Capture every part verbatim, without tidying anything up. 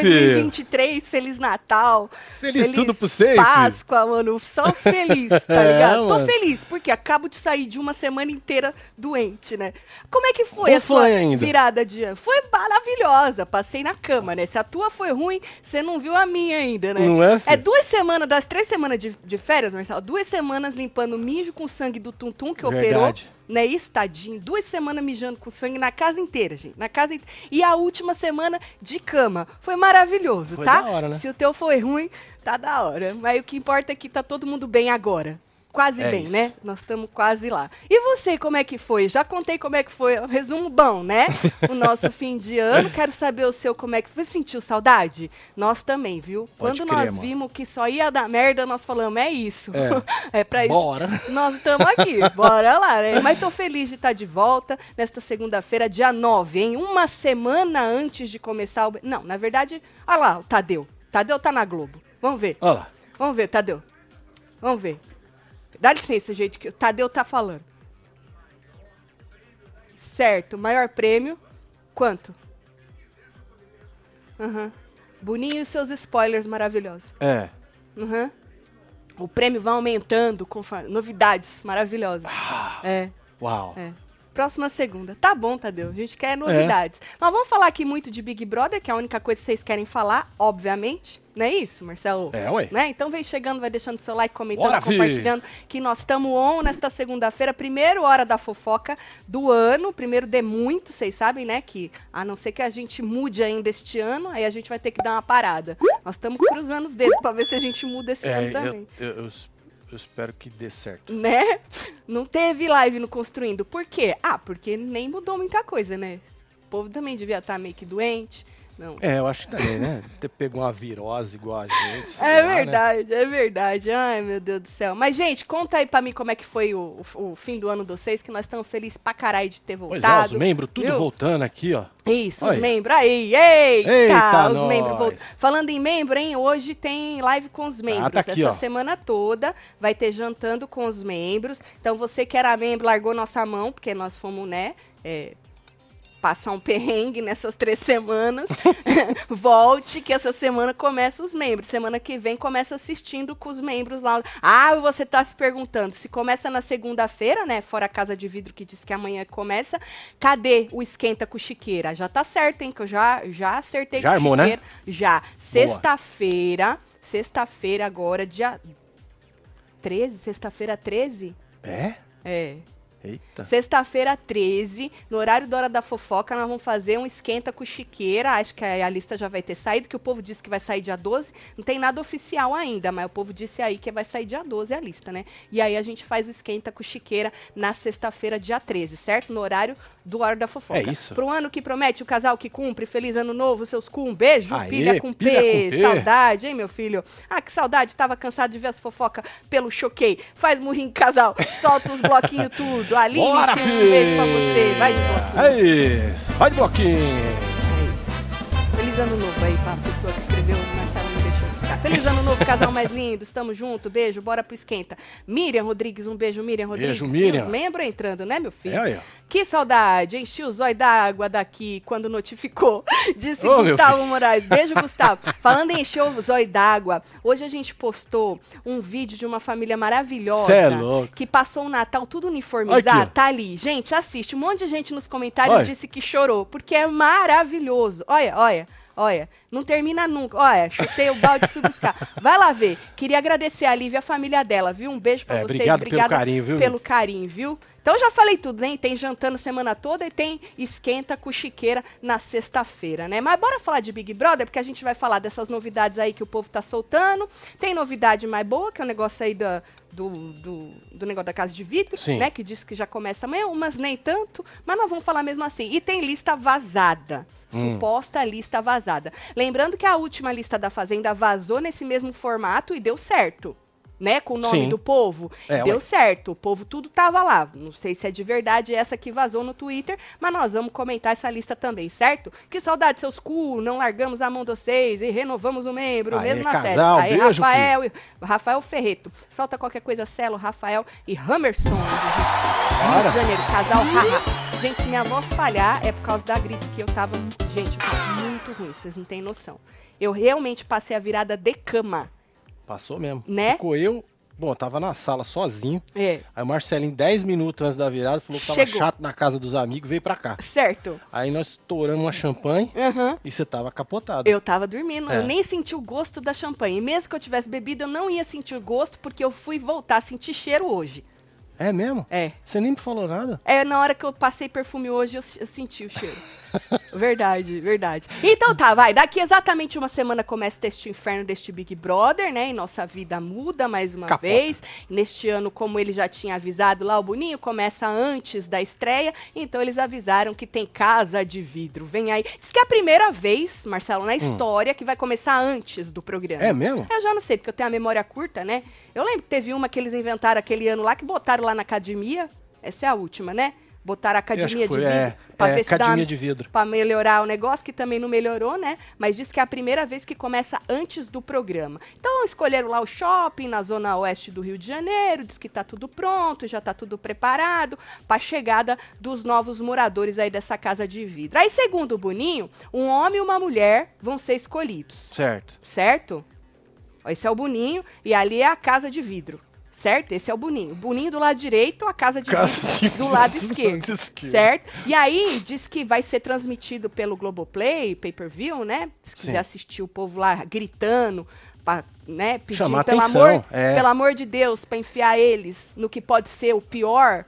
dois mil e vinte e três, filho? Feliz Natal. Feliz, feliz tudo pra vocês, Páscoa, filho. mano. Só feliz, tá é, ligado? Tô mano. feliz, porque acabo de sair de uma semana inteira doente, né? Como é que foi Não a sua foi ainda. virada de ano? Foi maravilhosa. Passei na cama, né? Se a tua foi ruim, você não viu a minha ainda, né? Não é, filho? É duas semanas, das três semanas de, de férias, Marcelo, duas semanas limpando mijo com sangue do Tum-Tum que Verdade. operou. Não é isso, tadinho? Duas semanas mijando com sangue na casa inteira, gente. Na casa inteira. E a última semana de cama. Foi maravilhoso, foi tá? Da hora, né? Se o teu foi ruim, tá da hora. Mas o que importa é que tá todo mundo bem agora. Quase é bem, isso. né? Nós estamos quase lá. E você, como é que foi? Já contei como é que foi. Um resumo bom, né? O nosso fim de ano. Quero saber o seu como é que foi. Sentiu saudade? Nós também, viu? Pode Quando crer, nós mano. vimos que só ia dar merda, nós falamos, é isso. É, é pra isso. Bora. Nós estamos aqui. Bora lá, né? Mas tô feliz de estar de volta nesta segunda-feira, dia nove, hein? Uma semana antes de começar o... Não, na verdade... Olha lá o Tadeu. Tadeu tá na Globo. Vamos ver. Olha lá. Vamos ver, Tadeu. Vamos ver. Dá licença, gente, que o Tadeu tá falando. Certo, maior prêmio. Quanto? Uhum. Boninho e seus spoilers maravilhosos. É. Uhum. O prêmio vai aumentando com novidades maravilhosas. Ah, é. Uau. É. Próxima segunda. Tá bom, Tadeu. A gente quer novidades. É. Nós vamos falar aqui muito de Big Brother, que é a única coisa que vocês querem falar, obviamente. Não é isso, Marcelo? É, ué. Né? Então vem chegando, vai deixando seu like, comentando, Bora, compartilhando, que nós estamos on nesta segunda-feira, primeira hora da fofoca do ano, primeiro de muito, vocês sabem, né, que a não ser que a gente mude ainda este ano, aí a gente vai ter que dar uma parada. Nós estamos cruzando os dedos pra ver se a gente muda esse é, ano também. Eu, eu, eu, eu espero que dê certo. Né? Não teve live no Construindo. Por quê? Ah, porque nem mudou muita coisa, né? O povo também devia estar meio que doente. Não. É, eu acho que também, né? Ter pegou uma virose igual a gente. É lá, verdade, né? é verdade. Ai, meu Deus do céu. Mas, gente, conta aí pra mim como é que foi o, o, o fim do ano de vocês, que nós estamos felizes pra caralho de ter voltado. Pois é, os membros tudo viu? voltando aqui, ó. Isso, Olha. os membros. Aí, eita! Eita, os nós. membros voltando. Falando em membro, hein? Hoje tem live com os membros. Ah, tá aqui, Essa ó. semana toda vai ter jantando com os membros. Então, você que era membro, largou nossa mão, porque nós fomos, né? É, passar um perrengue nessas três semanas. Volte, que essa semana começa os membros. Semana que vem começa assistindo com os membros lá. Ah, você tá se perguntando, se começa na segunda-feira, né? Fora a Casa de Vidro que diz que amanhã começa. Cadê o Esquenta com Chiqueira? Já tá certo, hein? Que eu já, já acertei Já com armou, Chiqueira. né? Já. Sexta-feira, sexta-feira agora, dia treze, sexta-feira treze? É? É. Eita. Sexta-feira, treze, no horário da Hora da Fofoca, nós vamos fazer um esquenta com Chiqueira. Acho que a, a lista já vai ter saído, que o povo disse que vai sair dia doze. Não tem nada oficial ainda, mas o povo disse aí que vai sair dia doze a lista, né? E aí a gente faz o esquenta com Chiqueira na sexta-feira, dia treze, certo? No horário do Hora da Fofoca. É isso. Pro ano que promete, o casal que cumpre, feliz ano novo, seus cu, um beijo, Aê, pilha com pilha P, com P. saudade, hein, meu filho? Ah, que saudade, tava cansado de ver as fofocas pelo Choquei. Faz murrinho casal, solta os bloquinhos tudo. Aline, Bora, um filho! beijo pra você, vai de bloquinho. É isso. Vai de bloquinho. É isso. Feliz ano novo aí pra pessoa que escreveu, o Marcelo não deixou ficar. Feliz ano novo, casal mais lindo, estamos junto, beijo, bora pro esquenta. Miriam Rodrigues, um beijo, Miriam Rodrigues. Beijo, Miriam. E os membros entrando, né, meu filho? É aí, ó. Que saudade, enchi o zóio d'água daqui quando notificou, disse Ô, meu Gustavo filho. Moraes. Beijo, Gustavo. Falando em encher o zóio d'água, hoje a gente postou um vídeo de uma família maravilhosa Cê é louco. que passou o Natal tudo uniformizado. Aqui, ó. Tá ali. Gente, assiste. Um monte de gente nos comentários Olha. disse que chorou, porque é maravilhoso. Olha, olha. Olha, não termina nunca. Olha, chutei o balde e fui buscar. Vai lá ver. Queria agradecer a Lívia e a família dela, viu? Um beijo pra É, vocês. obrigado pelo Obrigada carinho, viu? Pelo carinho, viu? Então eu já falei tudo, né? Tem jantando semana toda e tem esquenta com Chiqueira na sexta-feira, né? Mas bora falar de Big Brother, porque a gente vai falar dessas novidades aí que o povo tá soltando. Tem novidade mais boa, que é o negócio aí da, do, do, do negócio da Casa de Vidro, Sim. né? Que diz que já começa amanhã, umas nem tanto, mas nós vamos falar mesmo assim. E tem lista vazada. Suposta lista vazada. Lembrando que a última lista da Fazenda vazou nesse mesmo formato e deu certo. Né, com o nome Sim. do povo, É, deu ué. certo, o povo tudo tava lá, não sei se é de verdade essa que vazou no Twitter, mas nós vamos comentar essa lista também, certo? Que saudade, seus cu, não largamos a mão de vocês e renovamos o membro, Aê, mesmo na série. casal, Aí, beijo, Rafael, e- Rafael Ferreto, solta qualquer coisa, Celo, Rafael e Hammerson, do Rio Bora. de Janeiro, casal, haha. Gente, se minha voz falhar, é por causa da gripe que eu tava... Gente, eu tava muito ruim, vocês não têm noção. Eu realmente passei a virada de cama. Passou mesmo. Né? Ficou eu... Bom, eu tava na sala sozinho. É. Aí o Marcelinho, dez minutos antes da virada, falou que tava Chegou. chato na casa dos amigos, veio pra cá. Certo. Aí nós estouramos uma champanhe Uhum. e você tava capotado. Eu tava dormindo, É. eu nem senti o gosto da champanhe. E mesmo que eu tivesse bebido, eu não ia sentir o gosto, porque eu fui voltar a sentir cheiro hoje. É mesmo? É. Você nem me falou nada? É, na hora que eu passei perfume hoje, eu, eu senti o cheiro. Verdade, verdade. Então tá, vai. Daqui exatamente uma semana começa este inferno deste Big Brother, né? E nossa vida muda mais uma Capota. vez. Neste ano, como ele já tinha avisado lá, o Boninho começa antes da estreia. Então eles avisaram que tem casa de vidro. Vem aí. Diz que é a primeira vez, Marcelo, na história, que vai começar antes do programa. É mesmo? Eu já não sei, porque eu tenho a memória curta, né? Eu lembro que teve uma que eles inventaram aquele ano lá, que botaram lá na academia. Essa é a última, né? Botaram a academia de foi, vidro. é, pra é, ver se dá academia uma- de vidro. Pra melhorar o negócio, que também não melhorou, né? Mas diz que é a primeira vez que começa antes do programa. Então, escolheram lá o shopping na zona oeste do Rio de Janeiro, diz que tá tudo pronto, já tá tudo preparado pra chegada dos novos moradores aí dessa casa de vidro. Aí, segundo o Boninho, um homem e uma mulher vão ser escolhidos, Certo. certo? Esse é o Boninho e ali é a casa de vidro. Certo? Esse é o Boninho. O Boninho do lado direito, a casa de Casa vidro de do vidro lado do esquerdo. lado esquerdo. Certo? E aí, diz que vai ser transmitido pelo Globoplay, pay-per-view, né? Se quiser Sim. assistir o povo lá gritando, pra, né? Pedindo, Chamar pelo atenção, amor, é. pelo amor de Deus, pra enfiar eles no que pode ser o pior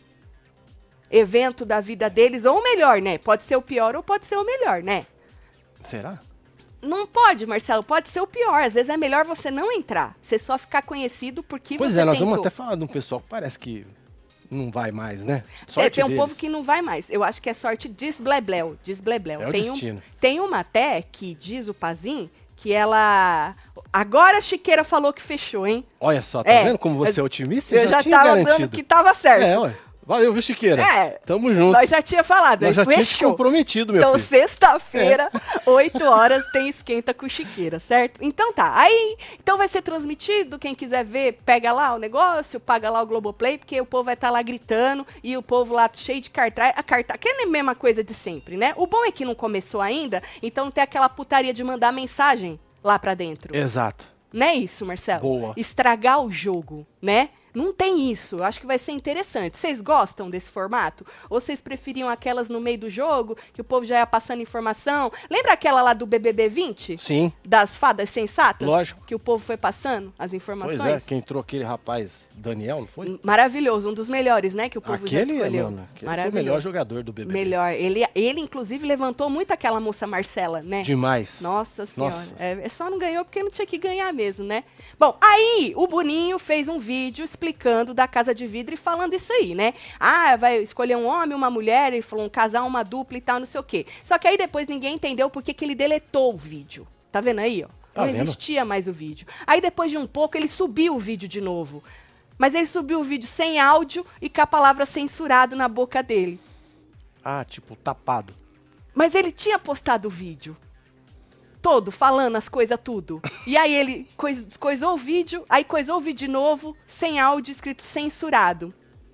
evento da vida deles, ou o melhor, né? Pode ser o pior ou pode ser o melhor, né? Será? Não pode, Marcelo, pode ser o pior. Às vezes é melhor você não entrar. Você só ficar conhecido porque Pois você é, nós tentou. vamos até falar de um pessoal que parece que não vai mais, né? É, Sorte tem um deles. povo que não vai mais. Eu acho que é sorte desblebleu. Desblebleu. É o tem, um, destino. tem uma até que diz o Pazin que ela... Agora a Chiqueira falou que fechou, hein? Olha só, tá É, vendo como você é otimista? Eu já, já tinha tava garantido. dando que tava certo. É, ué. Valeu, viu, Chiqueira? É. Tamo junto. Nós já tinha falado, Nós aí já tinha se fechou. comprometido, meu Então, filho. sexta-feira, oito horas, tem Esquenta com Chiqueira, certo? Então tá. Aí, então vai ser transmitido. Quem quiser ver, pega lá o negócio, paga lá o Globoplay, porque o povo vai estar lá gritando e o povo lá cheio de cartaz. A cartaz, que é a mesma coisa de sempre, né? O bom é que não começou ainda, então não tem aquela putaria de mandar mensagem lá pra dentro. Exato. Não é isso, Marcelo? Boa. Estragar o jogo, né? Não tem isso. Eu acho que vai ser interessante. Vocês gostam desse formato? Ou vocês preferiam aquelas no meio do jogo, que o povo já ia passando informação? Lembra aquela lá do B B B vinte? Sim. Das fadas sensatas? Lógico. Que o povo foi passando as informações? Pois é, que entrou aquele rapaz, Daniel, não foi? Maravilhoso. Um dos melhores, né? Que o povo já Aquele, escolheu. mano, aquele foi o melhor jogador do B B B. Melhor. Ele, ele, inclusive, levantou muito aquela moça Marcela, né? Demais. Nossa senhora. Nossa. É, é só não ganhou porque não tinha que ganhar mesmo, né? Bom, aí o Boninho fez um vídeo explicando da casa de vidro e falando isso aí, né? Ah, vai escolher um homem, uma mulher, ele falou um casal, uma dupla e tal, não sei o quê. Só que aí depois ninguém entendeu por que que ele deletou o vídeo. Tá vendo aí, ó? Tá não vendo? existia mais o vídeo. Aí depois de um pouco ele subiu o vídeo de novo. Mas ele subiu o vídeo sem áudio e com a palavra censurado na boca dele. Ah, tipo, tapado. Mas ele tinha postado o vídeo todo, falando as coisas tudo. E aí ele cois, coisou o vídeo, aí coisou o vídeo de novo, sem áudio, escrito censurado.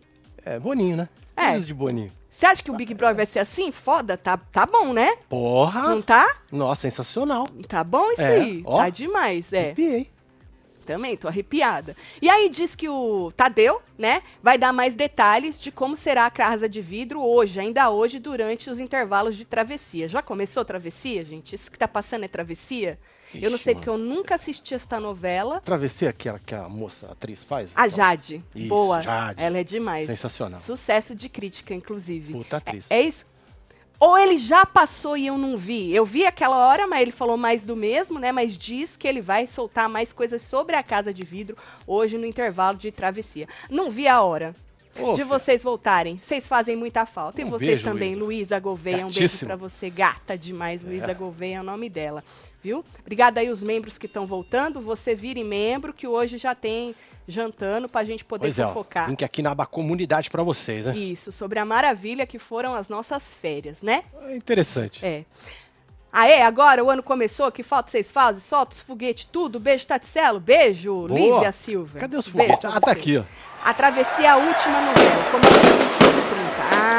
É, Boninho, né? É. Coisas de Boninho. Você acha que o Big Brother vai ser assim? Foda, tá, tá bom, né? Porra! Não tá? Nossa, sensacional. Tá bom isso É, aí. ó. Tá demais, é. Arrepiei. Também, tô arrepiada. E aí diz que o Tadeu, né, vai dar mais detalhes de como será a casa de vidro hoje, ainda hoje, durante os intervalos de travessia. Já começou a travessia, gente? Isso que tá passando é travessia? eu não Ixi, sei, mano. porque eu nunca assisti essa novela. Travessia aquela que a moça, a atriz faz? A Jade. Isso, Boa. Jade. Ela é demais. Sensacional. Sucesso de crítica, inclusive. Puta atriz. É, é isso. Ou ele já passou e eu não vi. Eu vi aquela hora, mas ele falou mais do mesmo, né? Mas diz que ele vai soltar mais coisas sobre a casa de vidro hoje no intervalo de travessia. Não vi a hora Ô, de Fê. vocês voltarem. Vocês fazem muita falta. E Um vocês beijo, também, Luísa. Luísa Gouveia. Um beijo Gatíssima. pra você. Gata demais, Luísa Gouveia é o nome dela. Viu? Obrigada aí os membros que estão voltando. Você vire membro, que hoje já tem jantando pra gente poder Pois é, ó, fofocar. link aqui na aba comunidade pra vocês, né? Isso, sobre a maravilha que foram as nossas férias, né? É interessante. É. Ah, é? Agora o ano começou, que falta vocês fazem? Solta os foguetes, tudo. Beijo, Taticelo. Beijo, Boa. Lívia Silva. Cadê os Beijo foguetes? pra Ah, tá você. aqui, ó. A travessia é a última novela. Começa vinte e oito e trinta. Ah,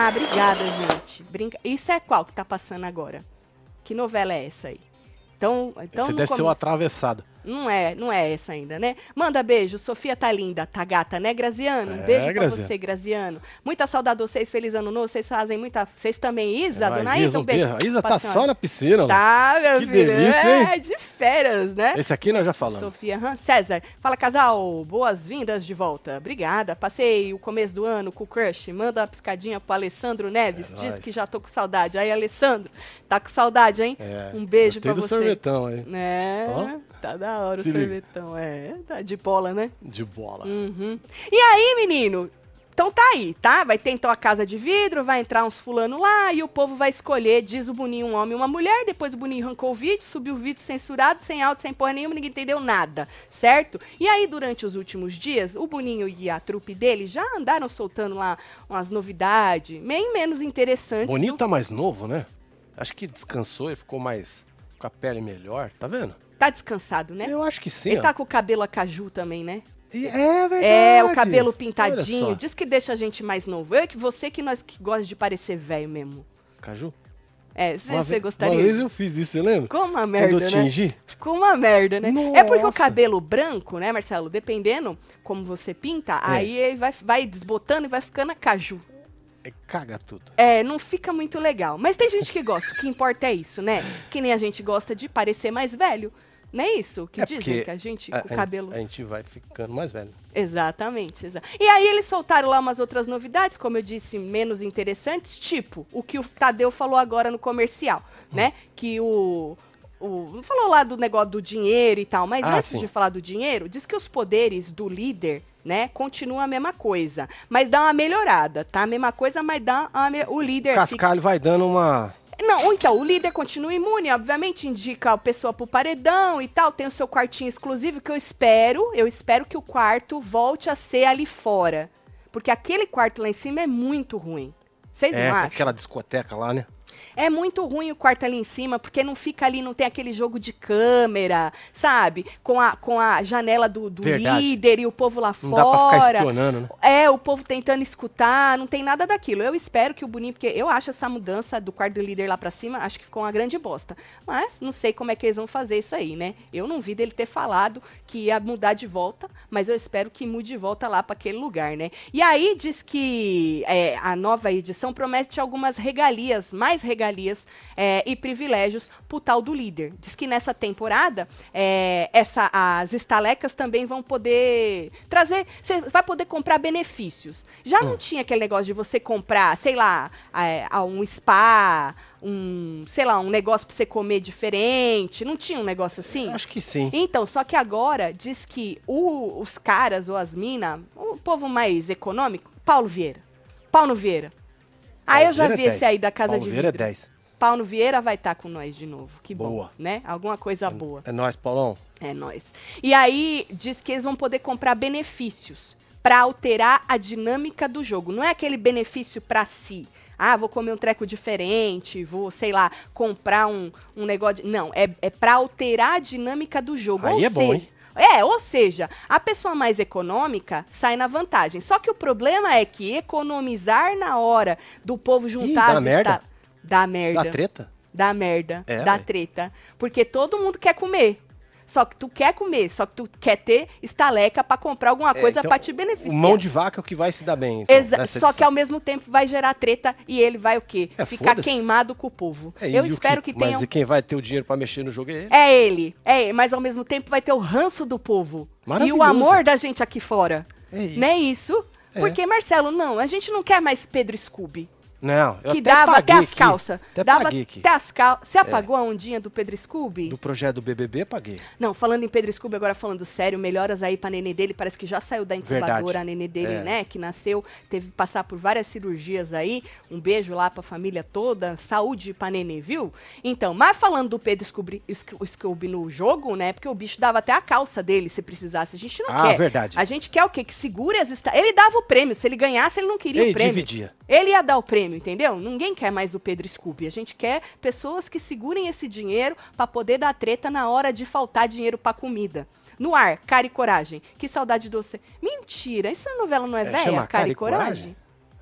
Ah, obrigada, gente. Brinca... Isso é qual que tá passando agora? Que novela é essa aí? Então, então Você deve começo... ser o atravessado. Não é, não é essa ainda, né? Manda beijo. Sofia tá linda, tá gata, né, Graziano? Um É, beijo pra Graziano. você, Graziano. Muita saudade de vocês, feliz ano novo. Vocês fazem muita... Vocês também, Isa, Vai, dona Isa, Isa, um um beijo. beijo. A Isa pra tá senhora. só na piscina. Tá, meu Que filho. delícia, hein? É, de férias, né? Esse aqui nós já falamos. Sofia Han. César, fala casal, boas-vindas de volta. Obrigada. Passei o começo do ano com o crush. Manda uma piscadinha pro Alessandro Neves. É Diz nóis. que já tô com saudade. Aí, Alessandro, tá com saudade, hein? É, Um beijo gostei pra do você. sorvetão aí. É, Ó. tá da hora Se o liga. sorvetão. É, tá de bola, né? De bola. Uhum. E aí, menino? Então tá aí, tá? Vai ter então a casa de vidro, vai entrar uns fulano lá e o povo vai escolher, diz o Boninho, um homem e uma mulher. Depois o Boninho arrancou o vídeo, subiu o vídeo censurado, sem áudio, sem porra nenhuma, ninguém entendeu nada, certo? E aí, durante os últimos dias, o Boninho e a trupe dele já andaram soltando lá umas novidades, bem menos interessantes. Boninho do... tá mais novo, né? Acho que descansou e ficou mais... com a pele melhor, tá vendo? Tá descansado, né? Eu acho que sim, Ele ó. tá com o cabelo a caju também, né? E é verdade. É, o cabelo Olha pintadinho, só. diz que deixa a gente mais novo. Eu e que você que nós que gosta de parecer velho mesmo. Caju? É, você, Uma você vez- gostaria? Uma vez eu fiz isso, você lembra? Ficou uma Quando merda, eu né? tingi? Ficou uma merda, né? É porque o Nossa. cabelo branco, né, Marcelo? Dependendo como você pinta, aí ele vai, vai desbotando e vai ficando a caju. É, caga tudo. É, não fica muito legal. Mas tem gente que gosta, o que importa é isso, né? Que nem a gente gosta de parecer mais velho. Não é isso que É dizem porque que a gente, a- com o a- cabelo... A gente vai ficando mais velho. Exatamente, exa E aí eles soltaram lá umas outras novidades, como eu disse, menos interessantes, tipo o que o Tadeu falou agora no comercial, Hum. né? Que o, o... Falou lá do negócio do dinheiro e tal, mas Ah, antes sim. de falar do dinheiro, diz que os poderes do líder, né, continuam a mesma coisa, mas dá uma melhorada, tá? A mesma coisa, mas dá uma me... o líder... fica- Cascalho vai dando uma... Não, então, o líder continua imune, obviamente, indica a pessoa pro paredão e tal, tem o seu quartinho exclusivo, que eu espero, eu espero que o quarto volte a ser ali fora. Porque aquele quarto lá em cima é muito ruim. Vocês É, não com acham? aquela discoteca lá, né? É muito ruim o quarto ali em cima, porque não fica ali, não tem aquele jogo de câmera, sabe? Com a, com a janela do, do Verdade. líder e o povo lá Não fora. dá pra ficar espionando, né? É, o povo tentando escutar, não tem nada daquilo. Eu espero que o Boninho, porque eu acho essa mudança do quarto do líder lá pra cima, acho que ficou uma grande bosta. Mas não sei como é que eles vão fazer isso aí, né? Eu não vi dele ter falado que ia mudar de volta, mas eu espero que mude de volta lá pra aquele lugar, né? E aí diz que é, a nova edição promete algumas regalias, mais regalias é, e privilégios pro tal do líder. Diz que nessa temporada, é, essa, as estalecas também vão poder trazer, você vai poder comprar benefícios. Já não tinha aquele negócio de você comprar, sei lá, é, a um spa, um, sei lá, um negócio pra você comer diferente. Não tinha um negócio assim? Acho que sim. Então, só que agora diz que o- os caras ou as minas, o povo mais econômico, Paulo Vieira. Paulo Vieira. Aí Paulo eu já Vieira vi é esse aí da Casa Paulo de Vieira é Vidro. dez. Paulo Vieira vai estar com nós de novo. Que bom, Boa. né? Alguma coisa boa. É nóis, Paulão. É nóis. E aí diz que eles vão poder comprar benefícios para alterar a dinâmica do jogo. Não é aquele benefício para si. Ah, vou comer um treco diferente, vou, sei lá, comprar um, um negócio... De... Não, é, é para alterar a dinâmica do jogo. Aí ou é bom, seja, hein? É, ou seja, a pessoa mais econômica sai na vantagem. Só que o problema é que economizar na hora do povo juntar... dá as merda. esta- Dá merda. Dá treta? Dá merda, É, dá ué. treta. Porque todo mundo quer comer. Só que tu quer comer, só que tu quer ter estaleca pra comprar alguma É, coisa então, pra te beneficiar. O mão de vaca é o que vai se dar bem. Então, Exa- nessa só edição. que ao mesmo tempo vai gerar treta e ele vai o quê? É, Ficar foda-se. queimado com o povo. É, e Eu o espero que, Mas tenham... e quem vai ter o dinheiro pra mexer no jogo é ele. É ele, é ele, mas ao mesmo tempo vai ter o ranço do povo. E o Maravilhoso. amor da gente aqui fora. É isso. Não é isso? É. Porque, Marcelo, não, a gente não quer mais Pedro Scooby. Não, eu Que até dava até paguei as aqui. calças. Até Dava paguei aqui. até as calças. Você apagou a ondinha do Pedro Scooby? Do projeto do B B B, paguei. Não, falando em Pedro Scooby, agora falando sério, melhoras aí pra nenê dele, parece que já saiu da incubadora Verdade. a nenê dele, É. né, que nasceu, teve que passar por várias cirurgias aí, um beijo lá pra família toda, saúde pra nenê, viu? Então, mas falando do Pedro Scooby, Sc- Scooby no jogo, né, porque o bicho dava até a calça dele, se precisasse, a gente não Ah, quer. verdade. A gente quer o quê? Que segure as... Esta... Ele dava o prêmio, se ele ganhasse, ele não queria Ele o prêmio. dividia. Ele ia dar o prêmio, entendeu? Ninguém quer mais o Pedro Scooby. A gente quer pessoas que segurem esse dinheiro pra poder dar treta na hora de faltar dinheiro pra comida. No ar, Cara e Coragem. Que saudade de você. Mentira, essa novela não é, É, velha? chama Cara, Cara e e Coragem? Coragem?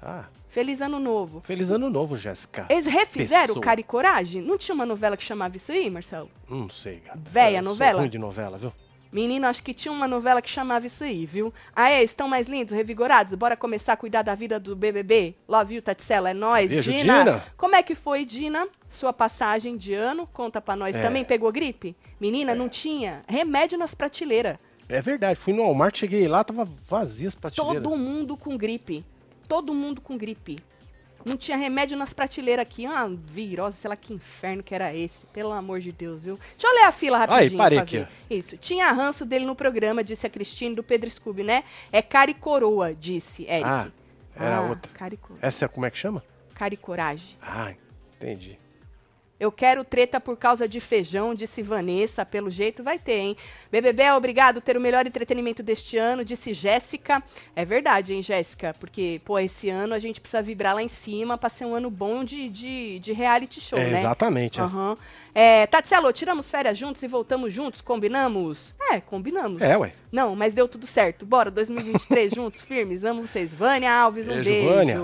Ah, Feliz Ano Novo. feliz ano novo, Jéssica. Eles refizeram Pessoa. o Cara e Coragem? Não tinha uma novela que chamava isso aí, Marcelo? Não sei, gata. Véia Eu sou novela? ruim de novela, viu? Menino, acho que tinha uma novela que chamava isso aí, viu? Ah, é? Estão mais lindos, revigorados? Bora começar a cuidar da vida do B B B? Love you, Taticela, é nóis. Beijo, Dina. Dina. Como é que foi, Dina? Sua passagem de ano? Conta pra nós. É. Também pegou gripe? Menina, não tinha remédio nas prateleiras. É verdade, fui no Walmart, cheguei lá, tava vazio as prateleiras. Todo mundo com gripe. Todo mundo com gripe. Não tinha remédio nas prateleiras aqui. Ah, virose, sei lá que inferno que era esse. Pelo amor de Deus, viu? Deixa eu ler a fila rapidinho. Aí, parei pra aqui, ver. Isso. Tinha ranço dele no programa, disse a Cristine, do Pedro Scooby, né? É cara e coroa, disse Eric. Ah, era Ah, outra. Cara e, cor... Essa é como é que chama? cara e coragem. Ah, entendi. Eu quero treta por causa de feijão, disse Vanessa. Pelo jeito vai ter, hein? B B B é obrigado a ter o melhor entretenimento deste ano, disse Jéssica. É verdade, hein, Jéssica? Porque, pô, esse ano a gente precisa vibrar lá em cima pra ser um ano bom de, de, de reality show, É, né? exatamente. é. Aham. É, Tatselo, tiramos férias juntos e voltamos juntos? Combinamos? É, combinamos. É, ué. Não, mas deu tudo certo. Bora, dois mil e vinte e três juntos, firmes. Amo vocês. Vânia Alves, um Beijo, beijo. Vânia.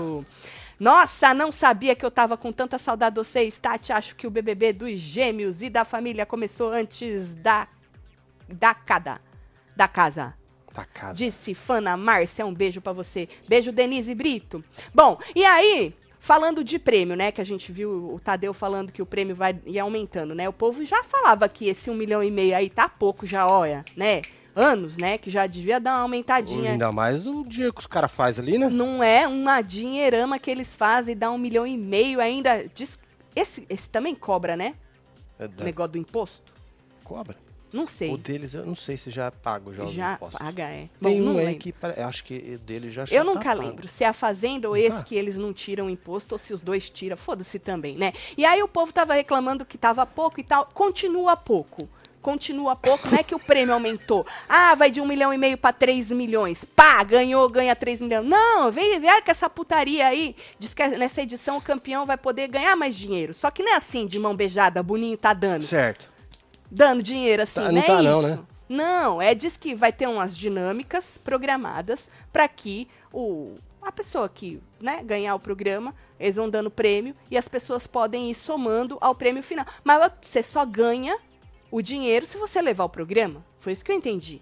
Nossa, não sabia que eu tava com tanta saudade de vocês, Tati. Acho que o B B B dos gêmeos e da família começou antes da, da, cada, da casa. Da casa. Disse Fana Márcia, um beijo pra você. Beijo, Denise Brito. Bom, e aí, falando de prêmio, né, que a gente viu o Tadeu falando que o prêmio vai ir aumentando, né? O povo já falava que esse um milhão e meio aí tá pouco já, olha, né? Anos, né, que já devia dar uma aumentadinha. Ainda mais o dia que os caras fazem ali, né? Não é uma dinheirama que eles fazem, dá um milhão e meio ainda. Diz, esse, esse também cobra, né? É, O da- negócio do imposto? Cobra. Não sei. O deles, eu não sei se já é pago já os Já impostos. paga, é. Tem Bom, não um aí lembro. que pare- eu acho que o dele já Eu tá nunca pago. lembro se é a Fazenda ou Não esse tá? que eles não tiram imposto, ou se os dois tiram, foda-se também, né? E aí o povo tava reclamando que tava pouco e tal. Continua pouco. Continua pouco, não é que o prêmio aumentou. Ah, vai de um milhão e meio para três milhões. Pá, ganhou, ganha três milhões. Não, vem, vem com essa putaria aí. Diz que nessa edição o campeão vai poder ganhar mais dinheiro. Só que não é assim, de mão beijada, Boninho tá dando. Certo. Dando dinheiro assim, Tá, não não é tá isso. não, né? Não, é diz que vai ter umas dinâmicas programadas para que o a pessoa que, né, ganhar o programa, eles vão dando prêmio e as pessoas podem ir somando ao prêmio final. Mas você só ganha o dinheiro se você levar o programa. Foi isso que eu entendi.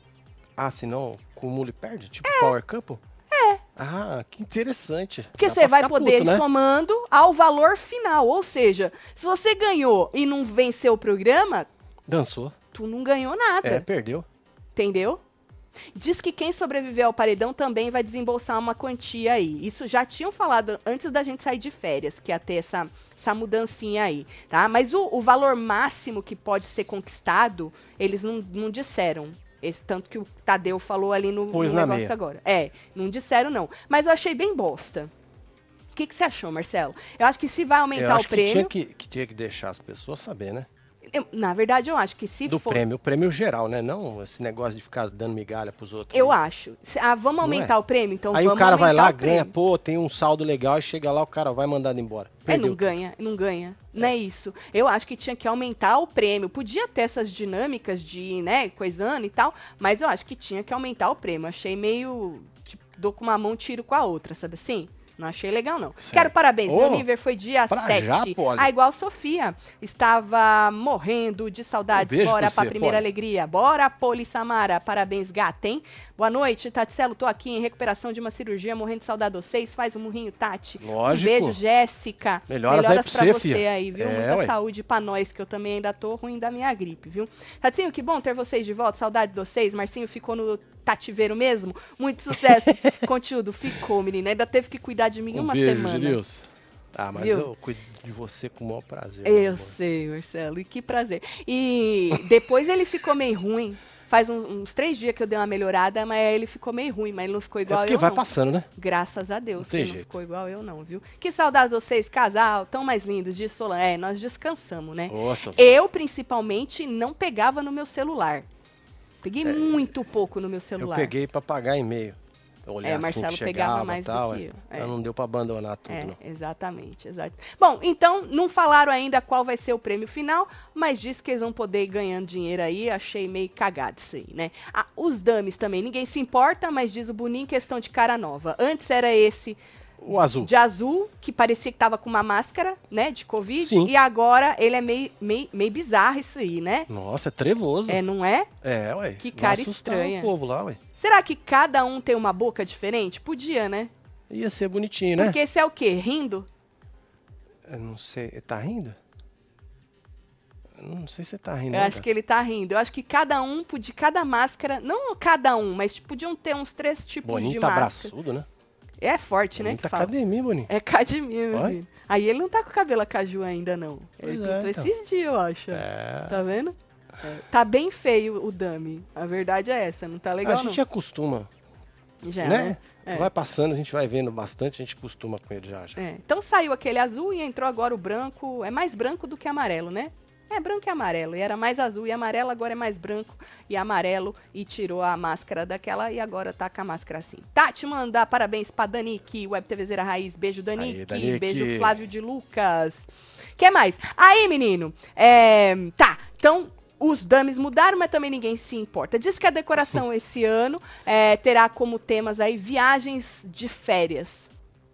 Ah, senão acumula e perde? Tipo Power Couple? É. Ah, que interessante. Porque Dá você pra vai ficar poder puto, ir né? somando ao valor final. Ou seja, se você ganhou e não venceu o programa, Dançou. tu não ganhou nada. É, perdeu. Entendeu? Diz que quem sobreviver ao paredão também vai desembolsar uma quantia aí. Isso já tinham falado antes da gente sair de férias, que ia ter essa, essa mudancinha aí, tá? Mas o, o valor máximo que pode ser conquistado, eles não, não disseram. Esse tanto que o Tadeu falou ali no, no Pôs na negócio meia. agora. É, não disseram não. Mas eu achei bem bosta. O que, que você achou, Marcelo? Eu acho que se vai Eu aumentar acho o prêmio... que tinha que, que tinha que deixar as pessoas saber, né? eu- na verdade, eu acho que se Do for... prêmio, o prêmio geral, né? Não esse negócio de ficar dando migalha pros outros. Eu né? acho. Se- Ah, vamos Não aumentar é? o prêmio? Então Aí o vamos cara vai aumentar lá, o prêmio. ganha, pô, tem um saldo legal, e chega lá, o cara vai mandado embora. É, Perdeu. não ganha, não ganha. Não é isso. Eu acho que tinha que aumentar o prêmio. Podia ter essas dinâmicas de, né, coisando e tal, mas eu acho que tinha que aumentar o prêmio. Achei meio, tipo, dou com uma mão, tiro com a outra, sabe assim? Não achei legal, não. Certo. Quero parabéns. Ô, Meu nível foi dia pra sete. já, Polly. Ah, igual Sofia. Estava morrendo de saudades. Um beijo Bora pra pra você, primeira Polly. alegria. Bora, Poli Samara. Parabéns, gata, hein? Boa noite, Tatselo. Tô aqui em recuperação de uma cirurgia, morrendo de saudade de vocês. Faz um murrinho, Tati. Lógico. Um beijo, Jéssica. Melhoras aí pra pra você, você filha. aí, viu? É, Muita ué. saúde pra nós, que eu também ainda tô ruim da minha gripe, viu? Tatinho, que bom ter vocês de volta. Saudade de vocês. Marcinho ficou no tativeiro mesmo? Muito sucesso. Conteúdo, ficou, menina. Ainda teve que cuidar de mim Um uma beijo, semana. Gililson. Ah, mas Viu? eu cuido de você com o maior prazer. Eu meu amor. sei, Marcelo. E que prazer. E depois ele ficou meio ruim. Faz um- uns três dias que eu dei uma melhorada, mas ele ficou meio ruim. Mas ele não ficou É igual porque eu, vai não. passando, né? Graças a Deus, Não que tem ele não jeito. ficou igual eu não, viu? Que saudade de vocês, casal, tão mais lindos, de Solan. É, nós descansamos, né? Nossa, Eu, principalmente, não pegava no meu celular. Peguei muito pouco no meu eu celular. peguei pra pagar e-mail. Olhar É, assim Marcelo que pegava chegava, mais do tal, que é. eu, é. Aí não deu pra abandonar tudo, É, não. exatamente, exato. Bom, então, não falaram ainda qual vai ser o prêmio final, mas diz que eles vão poder ir ganhando dinheiro aí, achei meio cagado isso aí, né? Ah, os dummies também, ninguém se importa, mas diz o Boninho, questão de cara nova. Antes era esse O azul. De azul, que parecia que tava com uma máscara, né, de Covid. Sim. E agora ele é meio, meio, meio bizarro isso aí, né? Nossa, é trevoso. É, não é? É, ué. Que cara Vai assustar estranha. o povo lá, ué. Será que cada um tem uma boca diferente? Podia, né? Ia ser bonitinho, né? Porque esse é o quê? Rindo? Eu não sei. Ele tá rindo? Eu não sei se você tá rindo. Eu não, acho cara. que ele tá rindo. Eu acho que cada um, de cada máscara, não cada um, mas podiam ter uns três tipos Boninho de tá máscara. braçudo, né? É forte, né, Boninho que tá fala. academia, Boninho. É academia, meu Vai? filho. Aí ele não tá com o cabelo a caju ainda, não. Ele Pois é, pintou então. esses dias, eu acho. É. Tá vendo? É. Tá bem feio o dummy. A verdade é essa, não tá legal, a gente acostuma, não. Já, né? né? É. Vai passando, a gente vai vendo bastante, a gente acostuma com ele já. já. É. Então saiu aquele azul e entrou agora o branco. É mais branco do que amarelo, né? É branco e amarelo. E era mais azul e amarelo, agora é mais branco e amarelo. E tirou a máscara daquela e agora tá com a máscara assim. Tati manda parabéns pra Danique, Web T V Zera Raiz. Beijo, Danique. Aí, Danique. Beijo, Flávio de Lucas. Que mais? Aí, menino. É... Tá, então... Os dummies mudaram, mas também ninguém se importa. Diz que a decoração esse ano é, terá como temas aí viagens de férias.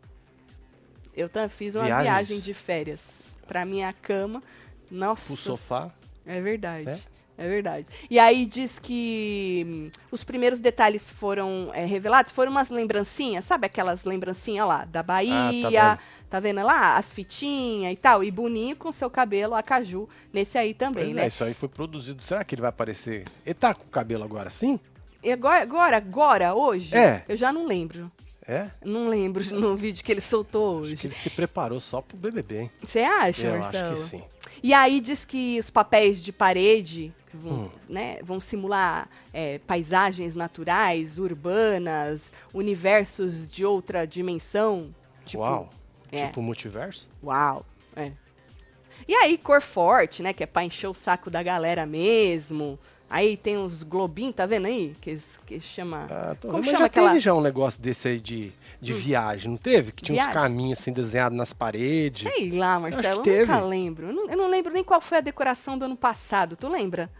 Eu também fiz uma Viagens? viagem de férias pra minha cama. Nossa. Pro sofá. É verdade. É? É verdade. E aí diz que hum, os primeiros detalhes foram é, revelados, foram umas lembrancinhas, sabe aquelas lembrancinhas lá da Bahia, Ah, tá vendo lá? As fitinhas e tal, e Boninho com seu cabelo a caju nesse aí também, Pois né? é, isso aí foi produzido. Será que ele vai aparecer? Ele tá com o cabelo agora assim? E agora, agora, agora, hoje, É. eu já não lembro. É? Não lembro no vídeo que ele soltou Acho que hoje. ele se preparou só pro B B B, hein? Você acha, Eu Marcelo? acho que sim. E aí diz que os papéis de parede que vão, Hum. né, vão simular é, paisagens naturais, urbanas, universos de outra dimensão. Tipo, Uau. é. Tipo multiverso? Uau, é. E aí, cor forte, né, que é pra encher o saco da galera mesmo. Aí tem os globinhos, tá vendo aí? Que, eles- que chama... Ah, tô Como vendo, mas chama já aquela... teve já um negócio desse aí de, de Hum. viagem, não teve? Que tinha Viagem? uns caminhos assim desenhados nas paredes. Sei lá, Marcelo, que eu nunca teve. lembro. Eu não, eu não lembro nem qual foi a decoração do ano passado. Tu lembra?